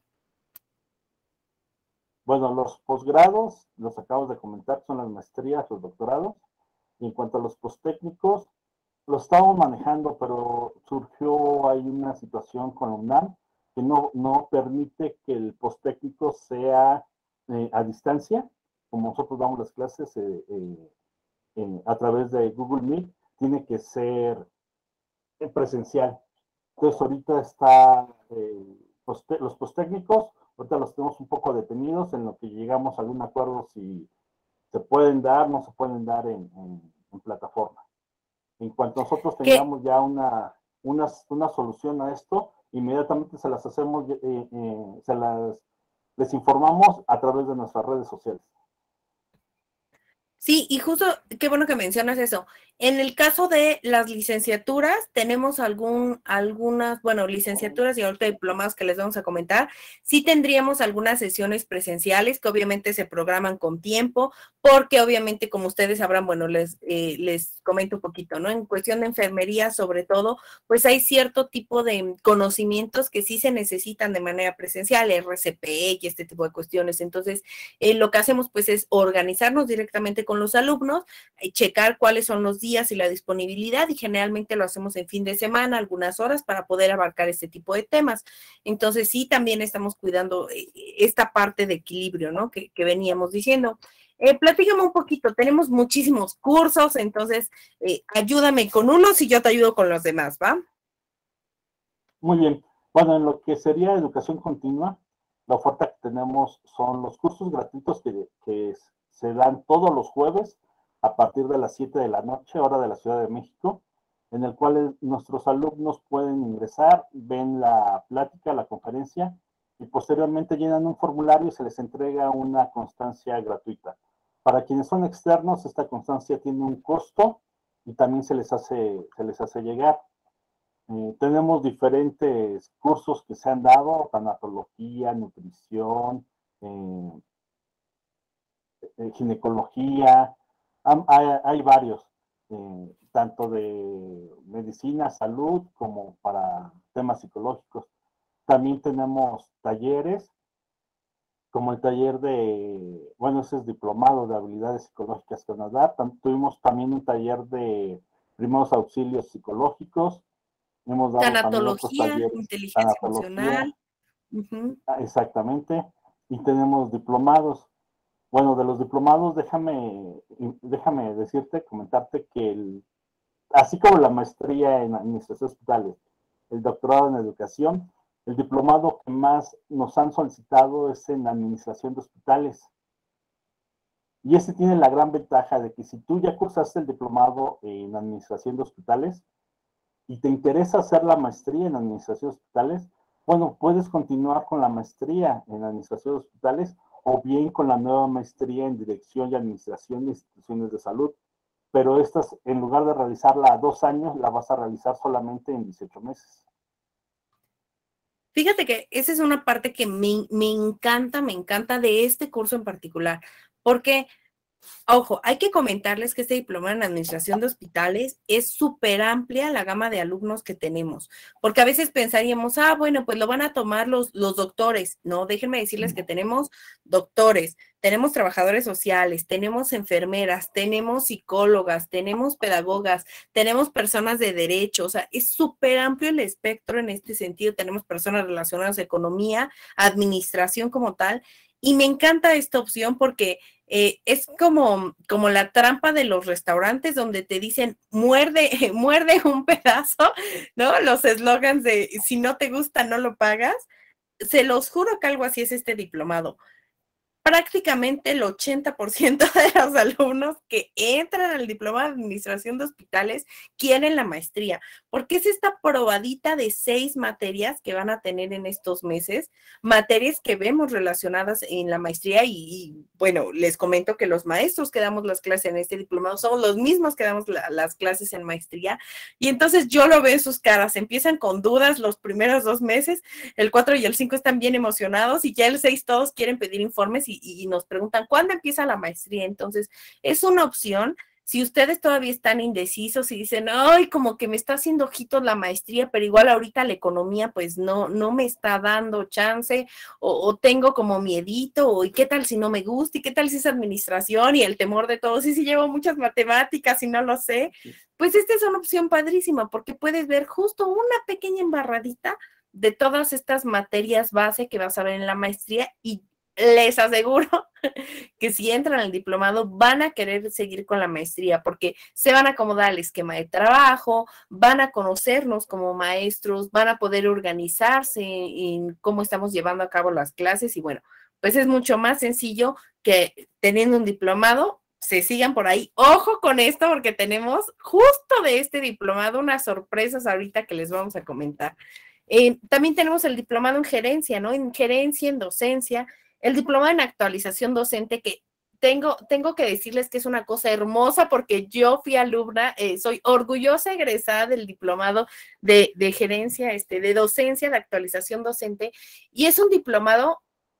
B: Bueno, los posgrados, los acabo de comentar, son las maestrías, los doctorados. Y en cuanto a los posttécnicos, lo estamos manejando, pero surgió ahí una situación con la UNAM que no permite que el posttécnico sea a distancia, como nosotros damos las clases a través de Google Meet, tiene que ser presencial. Entonces ahorita está los posttécnicos, ahorita los tenemos un poco detenidos en lo que llegamos a algún acuerdo si se pueden dar, no se pueden dar en plataforma. En cuanto nosotros tengamos ya una solución a esto, inmediatamente se las hacemos, les informamos a través de nuestras redes sociales.
A: Sí, y justo, qué bueno que mencionas eso. En el caso de las licenciaturas, tenemos algunas, bueno, licenciaturas y ahorita diplomados que les vamos a comentar. Sí tendríamos algunas sesiones presenciales que obviamente se programan con tiempo, porque obviamente, como ustedes sabrán, bueno, les comento un poquito, ¿no? En cuestión de enfermería, sobre todo, pues hay cierto tipo de conocimientos que sí se necesitan de manera presencial, RCP y este tipo de cuestiones. Entonces, lo que hacemos, pues, es organizarnos directamente con los alumnos, checar cuáles son los días y la disponibilidad, y generalmente lo hacemos en fin de semana, algunas horas, para poder abarcar este tipo de temas. Entonces, sí, también estamos cuidando esta parte de equilibrio, ¿no? Que veníamos diciendo. Platícame un poquito, tenemos muchísimos cursos, entonces ayúdame con unos y yo te ayudo con los demás, ¿va?
B: Muy bien. Bueno, en lo que sería educación continua, la oferta que tenemos son los cursos gratuitos que se dan todos los jueves a partir de las 7 de la noche, hora de la Ciudad de México, en el cual nuestros alumnos pueden ingresar, ven la plática, la conferencia, y posteriormente llenan un formulario y se les entrega una constancia gratuita. Para quienes son externos, esta constancia tiene un costo y también se les hace llegar. Tenemos diferentes cursos que se han dado, tanatología, nutrición, ginecología, hay varios, tanto de medicina, salud, como para temas psicológicos. También tenemos talleres, como el taller bueno, ese es diplomado de habilidades psicológicas que nos da. Tuvimos también un taller de primeros auxilios psicológicos. Hemos dado también otros talleres,
A: inteligencia emocional.
B: Exactamente, y tenemos diplomados. Bueno, de los diplomados, déjame decirte, comentarte que así como la maestría en administración de hospitales, el doctorado en educación, el diplomado que más nos han solicitado es en administración de hospitales. Y este tiene la gran ventaja de que si tú ya cursaste el diplomado en administración de hospitales, y te interesa hacer la maestría en administración de hospitales, bueno, puedes continuar con la maestría en administración de hospitales o bien con la nueva maestría en Dirección y Administración de Instituciones de Salud. Pero estas, en lugar de realizarla a 2 años, la vas a realizar solamente en 18 meses.
A: Fíjate que esa es una parte que me encanta de este curso en particular, porque ojo, hay que comentarles que este diplomado en administración de hospitales es súper amplia la gama de alumnos que tenemos, porque a veces pensaríamos, bueno, pues lo van a tomar los doctores. No, déjenme decirles que tenemos doctores, tenemos trabajadores sociales, tenemos enfermeras, tenemos psicólogas, tenemos pedagogas, tenemos personas de derecho, o sea, es súper amplio el espectro en este sentido. Tenemos personas relacionadas a economía, administración como tal, y me encanta esta opción porque es como la trampa de los restaurantes donde te dicen muerde, muerde un pedazo, ¿no? Los eslogans de si no te gusta, no lo pagas. Se los juro que algo así es este diplomado. Prácticamente el 80% de los alumnos que entran al diploma de administración de hospitales quieren la maestría, porque es esta probadita de 6 materias que van a tener en estos meses, materias que vemos relacionadas en la maestría y bueno, les comento que los maestros que damos las clases en este diplomado son los mismos que damos las clases en maestría, y entonces yo lo veo en sus caras, empiezan con dudas los primeros 2 meses, el 4 y el 5 están bien emocionados y ya el 6 todos quieren pedir informes y nos preguntan, ¿cuándo empieza la maestría? Entonces, es una opción. Si ustedes todavía están indecisos y dicen, ay, como que me está haciendo ojitos la maestría, pero igual ahorita la economía pues no me está dando chance, o tengo como miedito, o ¿y qué tal si no me gusta? ¿Y qué tal si es administración? Y el temor de todos, y si llevo muchas matemáticas y no lo sé, pues esta es una opción padrísima, porque puedes ver justo una pequeña embarradita de todas estas materias base que vas a ver en la maestría, y les aseguro que si entran al diplomado van a querer seguir con la maestría porque se van a acomodar al esquema de trabajo, van a conocernos como maestros, van a poder organizarse en cómo estamos llevando a cabo las clases y bueno, pues es mucho más sencillo que teniendo un diplomado. Se sigan por ahí. Ojo con esto porque tenemos justo de este diplomado unas sorpresas ahorita que les vamos a comentar. También tenemos el diplomado en gerencia, ¿no? En gerencia, en docencia, el diploma en actualización docente, que tengo que decirles que es una cosa hermosa porque yo fui alumna, soy orgullosa egresada del diplomado de gerencia, de docencia, de actualización docente, y es un diplomado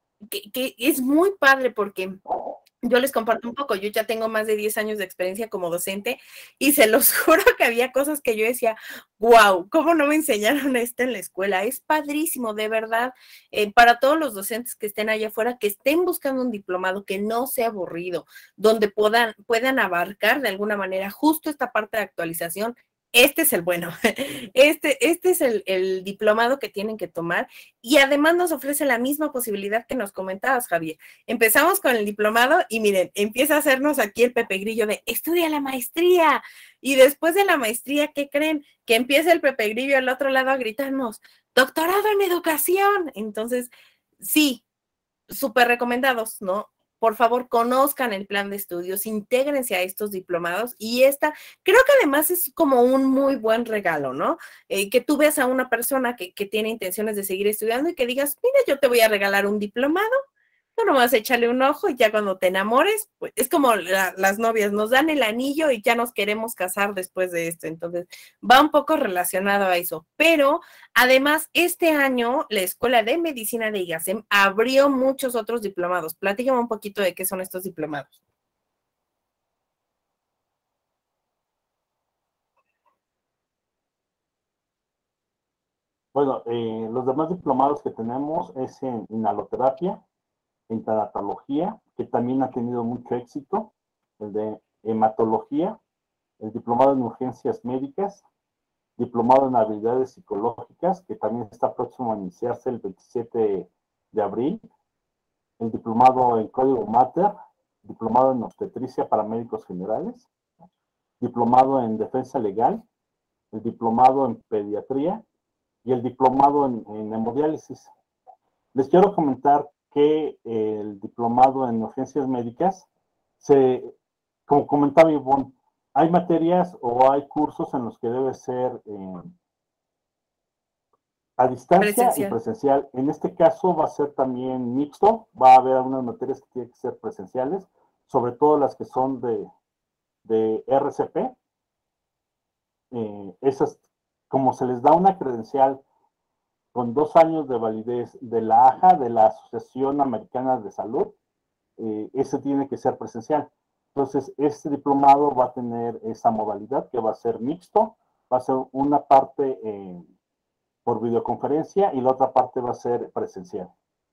A: que es muy padre porque yo les comparto un poco, yo ya tengo más de 10 años de experiencia como docente y se los juro que había cosas que yo decía, wow, ¿cómo no me enseñaron esto en la escuela? Es padrísimo, de verdad, para todos los docentes que estén allá afuera, que estén buscando un diplomado que no sea aburrido, donde puedan abarcar de alguna manera justo esta parte de actualización. Este es el bueno, este es el diplomado que tienen que tomar y además nos ofrece la misma posibilidad que nos comentabas, Javier. Empezamos con el diplomado y miren, empieza a hacernos aquí el Pepe Grillo de estudia la maestría. Y después de la maestría, ¿qué creen? Que empieza el Pepe Grillo al otro lado a gritarnos, doctorado en educación. Entonces, sí, súper recomendados, ¿no? Por favor, conozcan el plan de estudios, intégrense a estos diplomados y creo que además es como un muy buen regalo, ¿no? Que tú veas a una persona que tiene intenciones de seguir estudiando y que digas, mira, yo te voy a regalar un diplomado, tú nomás échale un ojo y ya cuando te enamores, pues es como las novias, nos dan el anillo y ya nos queremos casar después de esto. Entonces, va un poco relacionado a eso. Pero además, este año la Escuela de Medicina de IGACEM abrió muchos otros diplomados. Platícame un poquito de qué son estos diplomados.
B: Bueno, los demás diplomados que tenemos es en inhaloterapia, en tanatología, que también ha tenido mucho éxito, el de hematología, el diplomado en urgencias médicas, diplomado en habilidades psicológicas, que también está próximo a iniciarse el 27 de abril, el diplomado en código mater, diplomado en obstetricia para médicos generales, diplomado en defensa legal, el diplomado en pediatría y el diplomado en hemodiálisis. Les quiero comentar que el diplomado en urgencias médicas, como comentaba Ivonne, hay materias o hay cursos en los que debe ser A distancia
A: Presencial.
B: y presencial. En este caso va a ser también mixto, va a haber algunas materias que tienen que ser presenciales, sobre todo las que son de RCP. Esas, como se les da una credencial con 2 años de validez de la AJA, de la Asociación Americana de Salud, ese tiene que ser presencial. Entonces, este diplomado va a tener esa modalidad que va a ser mixto, va a ser una parte por videoconferencia y la otra parte va a ser presencial.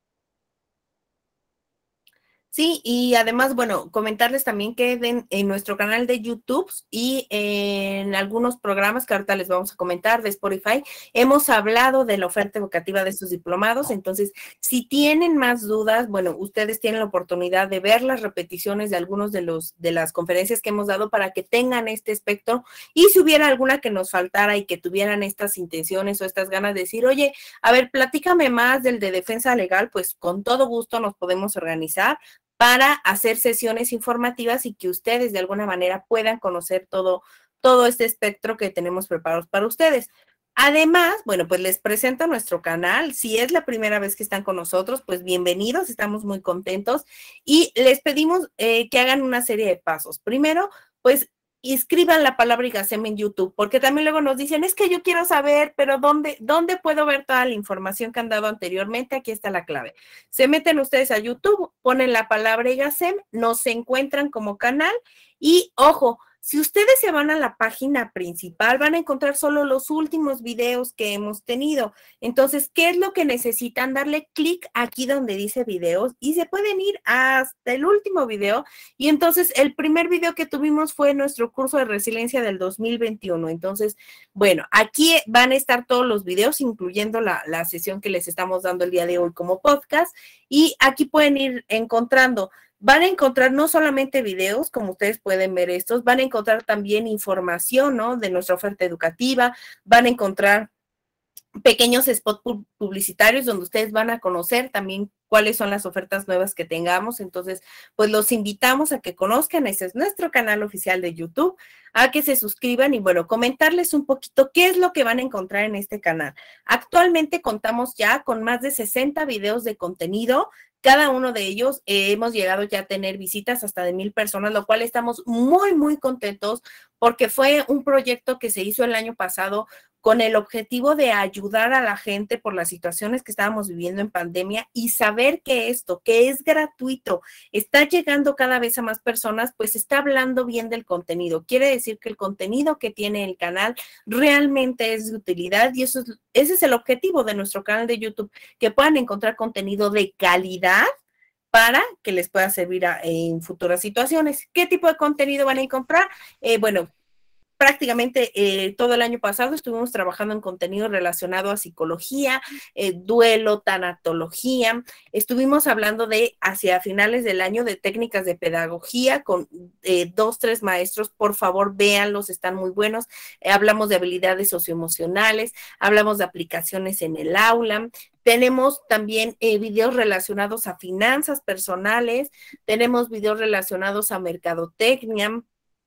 A: Sí, y además, bueno, comentarles también que en nuestro canal de YouTube y en algunos programas que ahorita les vamos a comentar de Spotify, hemos hablado de la oferta educativa de estos diplomados. Entonces, si tienen más dudas, bueno, ustedes tienen la oportunidad de ver las repeticiones de algunos de las conferencias que hemos dado para que tengan este espectro, y si hubiera alguna que nos faltara y que tuvieran estas intenciones o estas ganas de decir, oye, a ver, platícame más del de defensa legal, pues con todo gusto nos podemos organizar para hacer sesiones informativas y que ustedes de alguna manera puedan conocer todo este espectro que tenemos preparados para ustedes. Además, bueno, pues les presento nuestro canal. Si es la primera vez que están con nosotros, pues bienvenidos, estamos muy contentos y les pedimos que hagan una serie de pasos. Primero, pues escriban la palabra IGACEM en YouTube, porque también luego nos dicen, es que yo quiero saber, pero ¿dónde puedo ver toda la información que han dado anteriormente? Aquí está la clave. Se meten ustedes a YouTube, ponen la palabra IGACEM, nos encuentran como canal y, ojo, si ustedes se van a la página principal, van a encontrar solo los últimos videos que hemos tenido. Entonces, ¿qué es lo que necesitan? Darle clic aquí donde dice videos y se pueden ir hasta el último video. Y entonces, el primer video que tuvimos fue nuestro curso de resiliencia del 2021. Entonces, bueno, aquí van a estar todos los videos, incluyendo la sesión que les estamos dando el día de hoy como podcast. Y aquí pueden ir encontrando. Van a encontrar no solamente videos, como ustedes pueden ver estos, van a encontrar también información, ¿no?, de nuestra oferta educativa, van a encontrar pequeños spots publicitarios donde ustedes van a conocer también cuáles son las ofertas nuevas que tengamos. Entonces, pues los invitamos a que conozcan, ese es nuestro canal oficial de YouTube, a que se suscriban y bueno, comentarles un poquito qué es lo que van a encontrar en este canal. Actualmente contamos ya con más de 60 videos de contenido. Cada uno de ellos hemos llegado ya a tener visitas hasta de 1,000 personas, lo cual estamos muy, muy contentos porque fue un proyecto que se hizo el año pasado con el objetivo de ayudar a la gente por las situaciones que estábamos viviendo en pandemia y saber que esto, que es gratuito, está llegando cada vez a más personas, pues está hablando bien del contenido. Quiere decir que el contenido que tiene el canal realmente es de utilidad y ese es el objetivo de nuestro canal de YouTube, que puedan encontrar contenido de calidad para que les pueda servir en futuras situaciones. ¿Qué tipo de contenido van a encontrar? Bueno, prácticamente todo el año pasado estuvimos trabajando en contenido relacionado a psicología, duelo, tanatología. Estuvimos hablando hacia finales del año, de técnicas de pedagogía con 2, 3 maestros. Por favor, véanlos, están muy buenos. Hablamos de habilidades socioemocionales, hablamos de aplicaciones en el aula. Tenemos también videos relacionados a finanzas personales, tenemos videos relacionados a mercadotecnia,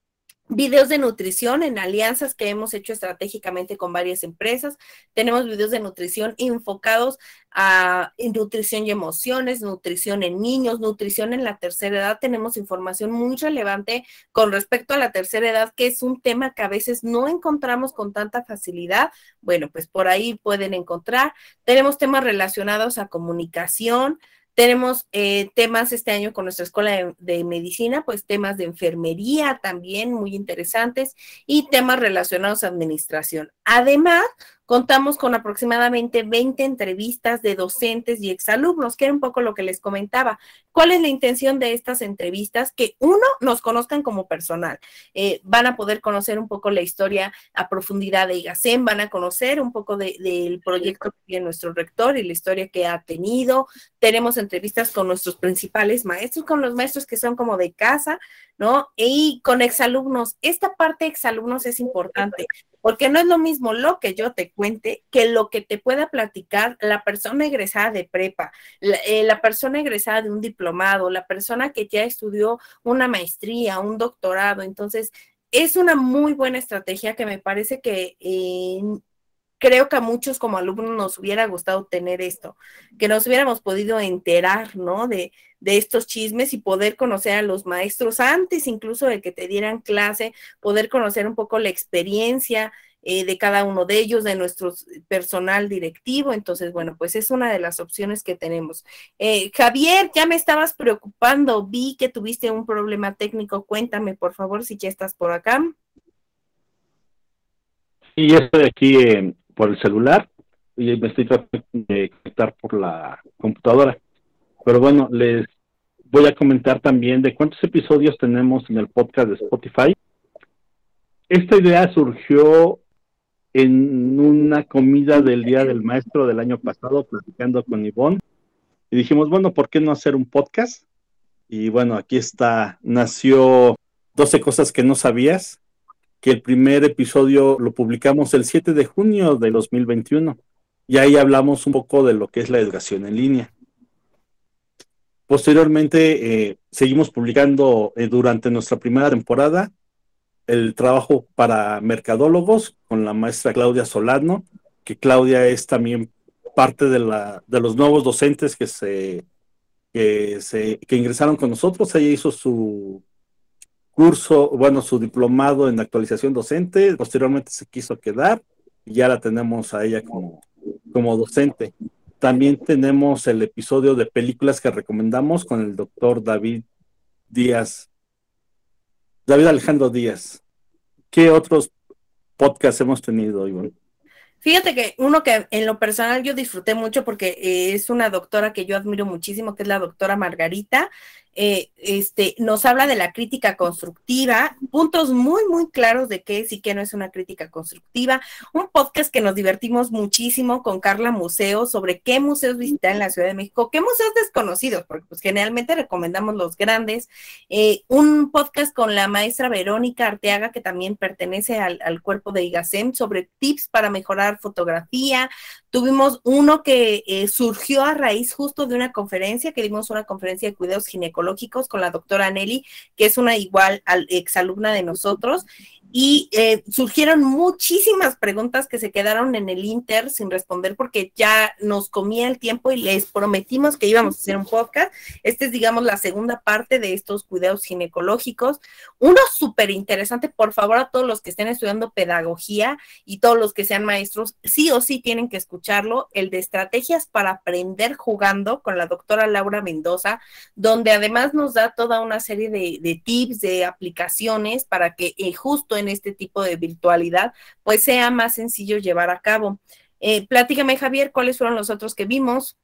A: videos de nutrición en alianzas que hemos hecho estratégicamente con varias empresas. Tenemos videos de nutrición enfocados a nutrición y emociones, nutrición en niños, nutrición en la tercera edad. Tenemos información muy relevante con respecto a la tercera edad, que es un tema que a veces no encontramos con tanta facilidad. Bueno, pues por ahí pueden encontrar. Tenemos temas relacionados a comunicación. Tenemos temas este año con nuestra escuela de medicina, pues temas de enfermería también muy interesantes y temas relacionados a administración. Además, contamos con aproximadamente 20 entrevistas de docentes y exalumnos, que era un poco lo que les comentaba. ¿Cuál es la intención de estas entrevistas? Que uno, nos conozcan como personal. Van a poder conocer un poco la historia a profundidad de IGACEM, van a conocer un poco del proyecto que tiene nuestro rector y la historia que ha tenido. Tenemos entrevistas con nuestros principales maestros, con los maestros que son como de casa, ¿no? Y con exalumnos. Esta parte de exalumnos es importante, porque no es lo mismo lo que yo te cuente que lo que te pueda platicar la persona egresada de prepa, la persona egresada de un diplomado, la persona que ya estudió una maestría, un doctorado. Entonces, es una muy buena estrategia que me parece que creo que a muchos como alumnos nos hubiera gustado tener esto, que nos hubiéramos podido enterar, ¿no? De estos chismes y poder conocer a los maestros antes incluso de que te dieran clase, poder conocer un poco la experiencia de cada uno de ellos, de nuestro personal directivo. Entonces, bueno, pues es una de las opciones que tenemos. Javier, ya me estabas preocupando, vi que tuviste un problema técnico, cuéntame por favor si ya estás por acá.
C: Y ya estoy aquí por el celular y me estoy tratando de conectar por la computadora. Pero bueno, les voy a comentar también de cuántos episodios tenemos en el podcast de Spotify. Esta idea surgió en una comida del Día del Maestro del año pasado, platicando con Ivonne, y dijimos, bueno, ¿por qué no hacer un podcast? Y bueno, aquí está, nació 12 cosas que no sabías, que el primer episodio lo publicamos el 7 de junio de 2021, y ahí hablamos un poco de lo que es la educación en línea. Posteriormente, seguimos publicando durante nuestra primera temporada el trabajo para mercadólogos con la maestra Claudia Solano, que Claudia es también parte de los nuevos docentes que ingresaron con nosotros. Ella hizo su curso, bueno, su diplomado en actualización docente, posteriormente se quiso quedar y ya la tenemos a ella como docente. También tenemos el episodio de películas que recomendamos con el doctor David Alejandro Díaz. ¿Qué otros podcasts hemos tenido, Ivonne?
A: Fíjate que uno que en lo personal yo disfruté mucho porque es una doctora que yo admiro muchísimo, que es la doctora Margarita. Nos habla de la crítica constructiva, puntos muy, muy claros de qué es y qué no es una crítica constructiva. Un podcast que nos divertimos muchísimo con Carla Museo sobre qué museos visitar en la Ciudad de México, qué museos desconocidos, porque pues generalmente recomendamos los grandes. Un podcast con la maestra Verónica Arteaga, que también pertenece al cuerpo de IGACEM, sobre tips para mejorar fotografía. Tuvimos uno que surgió a raíz justo de una conferencia, que dimos una conferencia de cuidados ginecológicos con la doctora Nelly, que es una igual exalumna de nosotros, y surgieron muchísimas preguntas que se quedaron en el Inter sin responder porque ya nos comía el tiempo y les prometimos que íbamos a hacer un podcast. Esta es, digamos, la segunda parte de estos cuidados ginecológicos. Uno súper interesante, por favor, a todos los que estén estudiando pedagogía y todos los que sean maestros, sí o sí tienen que escucharlo, el de estrategias para aprender jugando con la doctora Laura Mendoza, donde además nos da toda una serie de tips, de aplicaciones para que justo en este tipo de virtualidad pues sea más sencillo llevar a cabo. Platícame, Javier, ¿cuáles fueron los otros que vimos?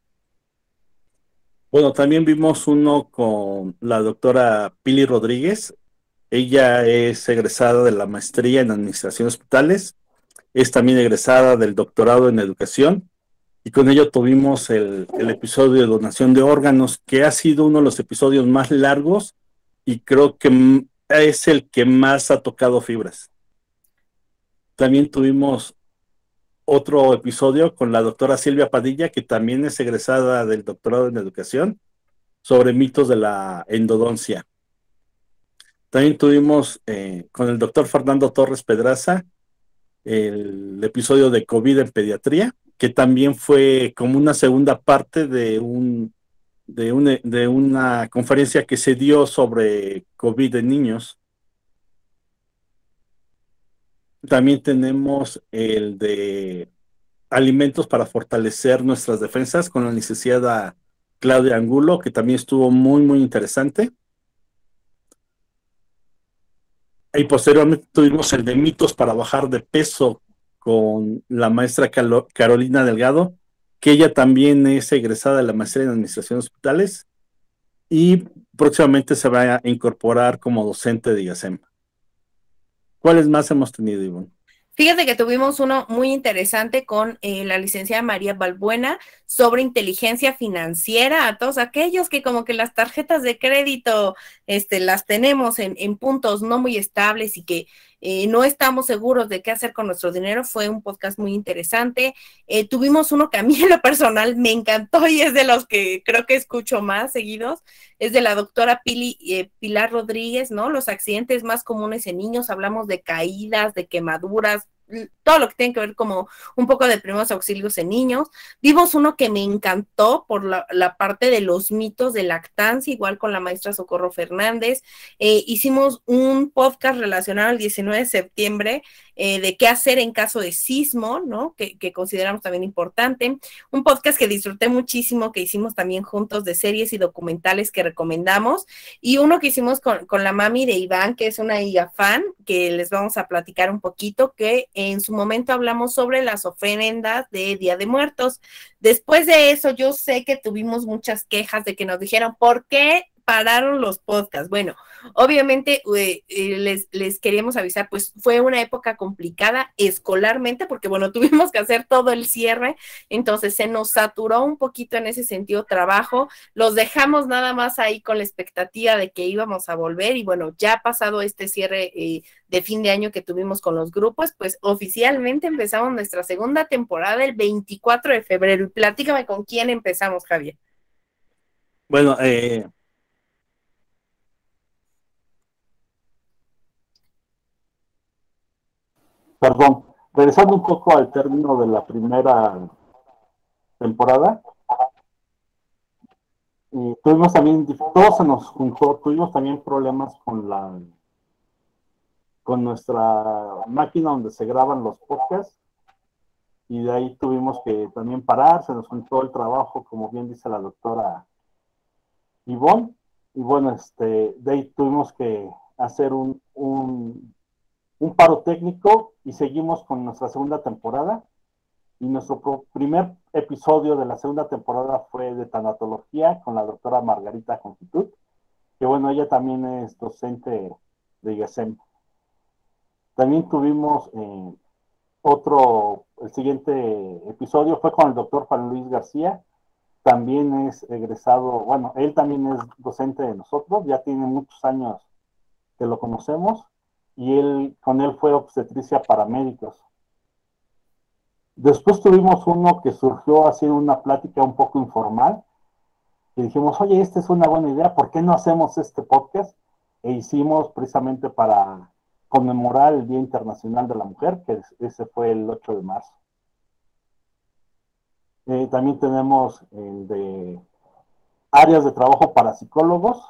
C: Bueno, también vimos uno con la doctora Pili Rodríguez. Ella es egresada de la maestría en Administración de Hospitales, es también egresada del doctorado en Educación, y con ello tuvimos el episodio de donación de órganos, que ha sido uno de los episodios más largos y creo que es el que más ha tocado fibras. También tuvimos otro episodio con la doctora Silvia Padilla, que también es egresada del doctorado en Educación, sobre mitos de la endodoncia. También tuvimos con el doctor Fernando Torres Pedraza el episodio de COVID en pediatría, que también fue como una segunda parte de una conferencia que se dio sobre COVID en niños. También tenemos el de alimentos para fortalecer nuestras defensas con la licenciada Claudia Angulo, que también estuvo muy, muy interesante. Y posteriormente tuvimos el de mitos para bajar de peso con la maestra Carolina Delgado, que ella también es egresada de la maestría en Administración de Hospitales y próximamente se va a incorporar como docente de IGACEM. ¿Cuáles más hemos tenido, Ivonne?
A: Fíjate que tuvimos uno muy interesante con la licenciada María Balbuena sobre inteligencia financiera, a todos aquellos que como que las tarjetas de crédito las tenemos en puntos no muy estables y que no estamos seguros de qué hacer con nuestro dinero. Fue un podcast muy interesante. Tuvimos uno que a mí en lo personal me encantó y es de los que creo que escucho más seguidos, es de la doctora Pilar Rodríguez, ¿no? Los accidentes más comunes en niños, hablamos de caídas, de quemaduras, todo lo que tiene que ver como un poco de primeros auxilios en niños. Vimos uno que me encantó por la parte de los mitos de lactancia, igual con la maestra Socorro Fernández. Hicimos un podcast relacionado al 19 de septiembre de qué hacer en caso de sismo, ¿no? Que consideramos también importante. Un podcast que disfruté muchísimo, que hicimos también juntos de series y documentales que recomendamos. Y uno que hicimos con la mami de Iván, que es una fan, que les vamos a platicar un poquito, que en su momento hablamos sobre las ofrendas de Día de Muertos. Después de eso, yo sé que tuvimos muchas quejas de que nos dijeron, ¿por qué pararon los podcasts? Bueno, obviamente les queríamos avisar, pues fue una época complicada escolarmente, porque bueno, tuvimos que hacer todo el cierre, entonces se nos saturó un poquito en ese sentido trabajo, los dejamos nada más ahí con la expectativa de que íbamos a volver, y bueno, ya pasado este cierre de fin de año que tuvimos con los grupos, pues oficialmente empezamos nuestra segunda temporada el 24 de febrero, y platícame con quién empezamos, Javier.
C: Bueno,
B: Perdón, regresando un poco al término de la primera temporada, y tuvimos también, todo se nos juntó, tuvimos también problemas con nuestra máquina donde se graban los podcasts, y de ahí tuvimos que también parar, se nos juntó el trabajo, como bien dice la doctora Ivonne, y bueno, de ahí tuvimos que hacer un paro técnico y seguimos con nuestra segunda temporada. Y nuestro primer episodio de la segunda temporada fue de tanatología con la doctora Margarita Confitud, que bueno, ella también es docente de IGESEM. También tuvimos el siguiente episodio fue con el doctor Juan Luis García, también es egresado, bueno, él también es docente de nosotros, ya tiene muchos años que lo conocemos, y con él fue obstetricia para médicos. Después tuvimos uno que surgió así en una plática un poco informal, y dijimos, oye, esta es una buena idea, ¿por qué no hacemos este podcast? E hicimos precisamente para conmemorar el Día Internacional de la Mujer, que ese fue el 8 de marzo. También tenemos el de áreas de trabajo para psicólogos.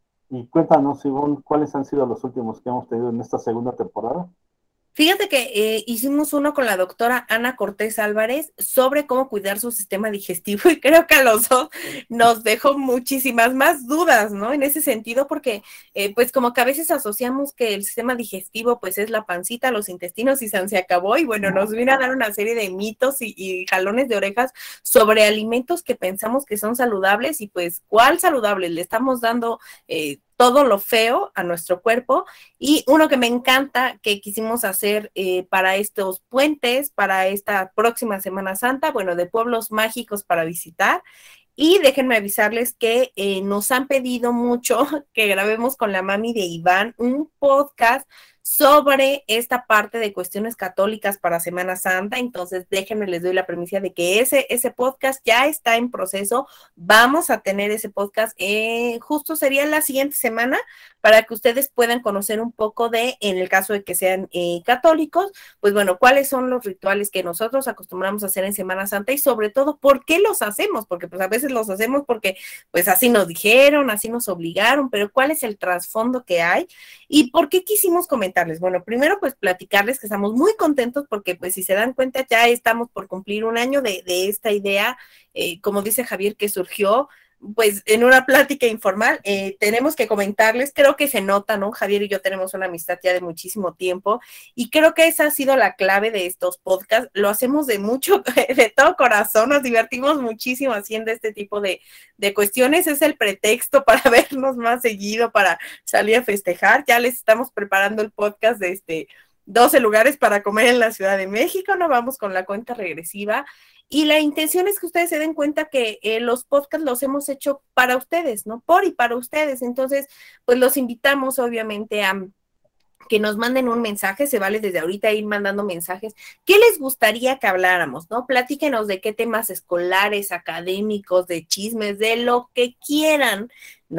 B: Y cuéntanos, Ivonne, ¿cuáles han sido los últimos que hemos tenido en esta segunda temporada?
A: Fíjate que hicimos uno con la doctora Ana Cortés Álvarez sobre cómo cuidar su sistema digestivo, y creo que a los dos nos dejó muchísimas más dudas, ¿no? En ese sentido, porque pues como que a veces asociamos que el sistema digestivo pues es la pancita, los intestinos y se acabó, y bueno, nos vino a dar una serie de mitos y jalones de orejas sobre alimentos que pensamos que son saludables, y pues ¿cuál saludable? Le estamos dando todo lo feo a nuestro cuerpo. Y uno que me encanta, que quisimos hacer para estos puentes, para esta próxima Semana Santa, bueno, de pueblos mágicos para visitar. Y déjenme avisarles que nos han pedido mucho que grabemos con la mami de Iván un podcast sobre esta parte de cuestiones católicas para Semana Santa. Entonces, déjenme, les doy la premisa de que ese podcast ya está en proceso. Vamos a tener ese podcast, justo sería la siguiente semana, para que ustedes puedan conocer un poco de, en el caso de que sean católicos, pues bueno, cuáles son los rituales que nosotros acostumbramos a hacer en Semana Santa, y sobre todo, ¿por qué los hacemos? Porque pues a veces los hacemos porque pues así nos dijeron, así nos obligaron, pero ¿cuál es el trasfondo que hay? ¿Y por qué quisimos comentarles? Bueno, primero pues platicarles que estamos muy contentos porque pues si se dan cuenta ya estamos por cumplir un año de esta idea, como dice Javier, que surgió pues en una plática informal. Tenemos que comentarles, creo que se nota, ¿no? Javier y yo tenemos una amistad ya de muchísimo tiempo, y creo que esa ha sido la clave de estos podcasts. Lo hacemos de todo corazón, nos divertimos muchísimo haciendo este tipo de cuestiones. Es el pretexto para vernos más seguido, para salir a festejar. Ya les estamos preparando el podcast de 12 lugares para comer en la Ciudad de México, ¿no? Vamos con la cuenta regresiva. Y la intención es que ustedes se den cuenta que los podcasts los hemos hecho para ustedes, ¿no? Por y para ustedes. Entonces, pues los invitamos obviamente a que nos manden un mensaje. Se vale desde ahorita ir mandando mensajes. ¿Qué les gustaría que habláramos, no? Platíquenos de qué temas escolares, académicos, de chismes, de lo que quieran, ¿no?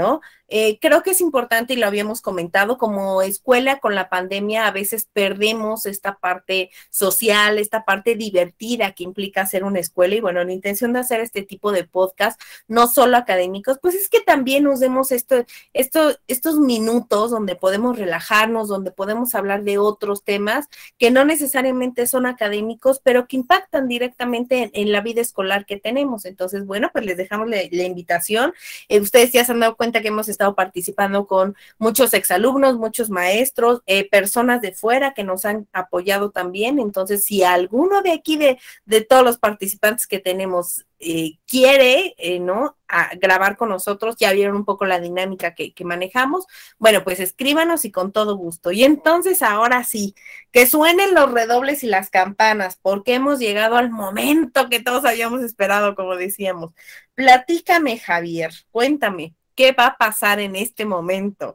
A: creo que es importante y lo habíamos comentado, como escuela con la pandemia a veces perdemos esta parte social, esta parte divertida que implica hacer una escuela y bueno, la intención de hacer este tipo de podcast, no solo académicos, pues es que también nos demos estos minutos donde podemos relajarnos, donde podemos hablar de otros temas que no necesariamente son académicos, pero que impactan directamente en la vida escolar que tenemos. Entonces, bueno, pues les dejamos la invitación. Ustedes ya se han dado cuenta que hemos estado participando con muchos exalumnos, muchos maestros, personas de fuera que nos han apoyado también. Entonces, si alguno de aquí, de todos los participantes que tenemos, quiere, ¿no? A grabar con nosotros, ya vieron un poco la dinámica que manejamos, bueno, pues escríbanos y con todo gusto. Y entonces ahora sí, que suenen los redobles y las campanas, porque hemos llegado al momento que todos habíamos esperado, como decíamos. Platícame, Javier, cuéntame, ¿qué va a pasar en este momento?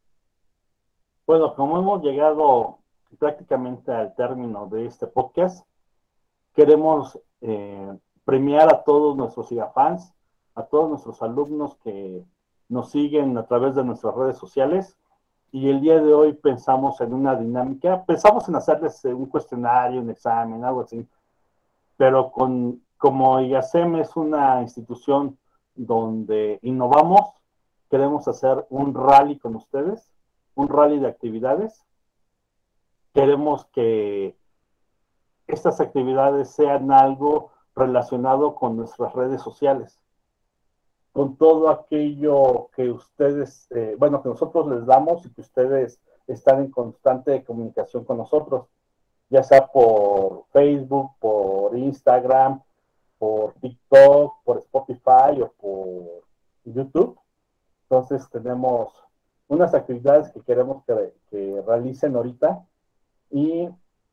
B: Bueno, como hemos llegado prácticamente al término de este podcast, queremos premiar a todos nuestros IGAFans, a todos nuestros alumnos que nos siguen a través de nuestras redes sociales. Y el día de hoy pensamos en una dinámica, pensamos en hacerles un cuestionario, un examen, algo así, pero como IGACEM es una institución donde innovamos, queremos hacer un rally con ustedes, un rally de actividades. Queremos que estas actividades sean algo relacionado con nuestras redes sociales, con todo aquello que ustedes, que nosotros les damos y que ustedes están en constante comunicación con nosotros, ya sea por Facebook, por Instagram, por TikTok, por Spotify o por YouTube. Entonces tenemos unas actividades que queremos que realicen ahorita y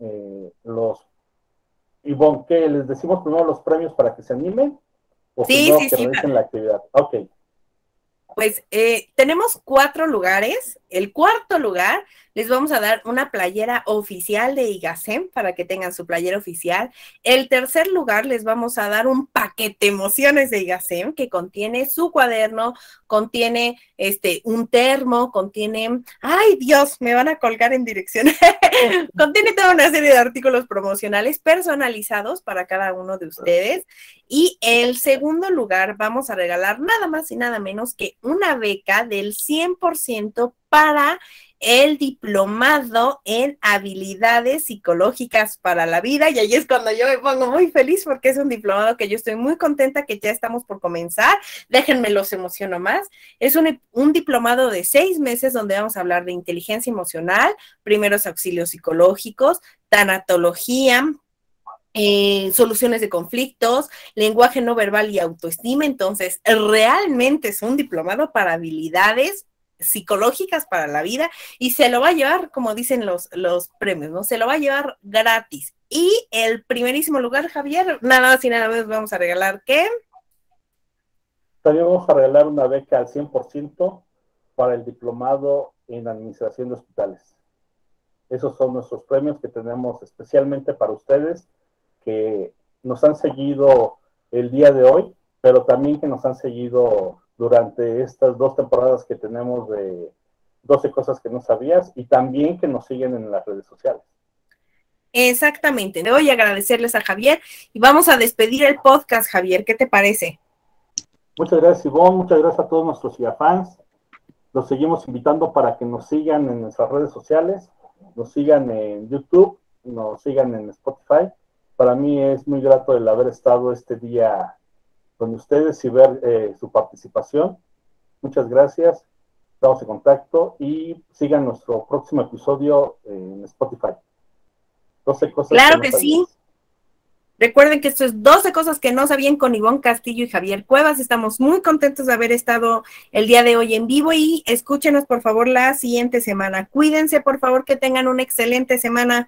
B: Ivonne, ¿qué? ¿Les decimos primero los premios para que se animen? ¿O
A: sí,
B: que realicen la actividad? Ok.
A: Pues tenemos 4 lugares. El cuarto lugar les vamos a dar una playera oficial de IGACEM para que tengan su playera oficial. El tercer lugar les vamos a dar un paquete emociones de IGACEM que contiene su cuaderno, contiene un termo, contiene, ay Dios, me van a colgar en dirección. Contiene toda una serie de artículos promocionales personalizados para cada uno de ustedes. Y el segundo lugar vamos a regalar nada más y nada menos que una beca del 100% para el diplomado en habilidades psicológicas para la vida. Y ahí es cuando yo me pongo muy feliz porque es un diplomado que yo estoy muy contenta que ya estamos por comenzar. Déjenme los emociono más. Es un diplomado de 6 meses donde vamos a hablar de inteligencia emocional, primeros auxilios psicológicos, tanatología, soluciones de conflictos, lenguaje no verbal y autoestima. Entonces, realmente es un diplomado para habilidades psicológicas para la vida y se lo va a llevar, como dicen los premios, ¿no? Se lo va a llevar gratis. Y el primerísimo lugar, Javier, nada más y nada menos vamos a regalar, ¿qué?
B: También vamos a regalar una beca al 100% para el diplomado en administración de hospitales. Esos son nuestros premios que tenemos especialmente para ustedes, que nos han seguido el día de hoy, pero también que nos han seguido durante estas 2 temporadas que tenemos de 12 cosas que no sabías y también que nos siguen en las redes sociales.
A: Exactamente. Le voy a agradecerles a Javier y vamos a despedir el podcast, Javier. ¿Qué te parece?
B: Muchas gracias, Ivonne. Muchas gracias a todos nuestros IGAFans. Los seguimos invitando para que nos sigan en nuestras redes sociales, nos sigan en YouTube, nos sigan en Spotify. Para mí es muy grato el haber estado este día con ustedes y ver su participación. Muchas gracias. Estamos en contacto y sigan nuestro próximo episodio en Spotify. 12 cosas
A: claro
B: que
A: no sí. Recuerden que esto es 12 cosas que no sabían con Ivonne Castillo y Javier Cuevas. Estamos muy contentos de haber estado el día de hoy en vivo y escúchenos por favor la siguiente semana. Cuídense por favor, que tengan una excelente semana.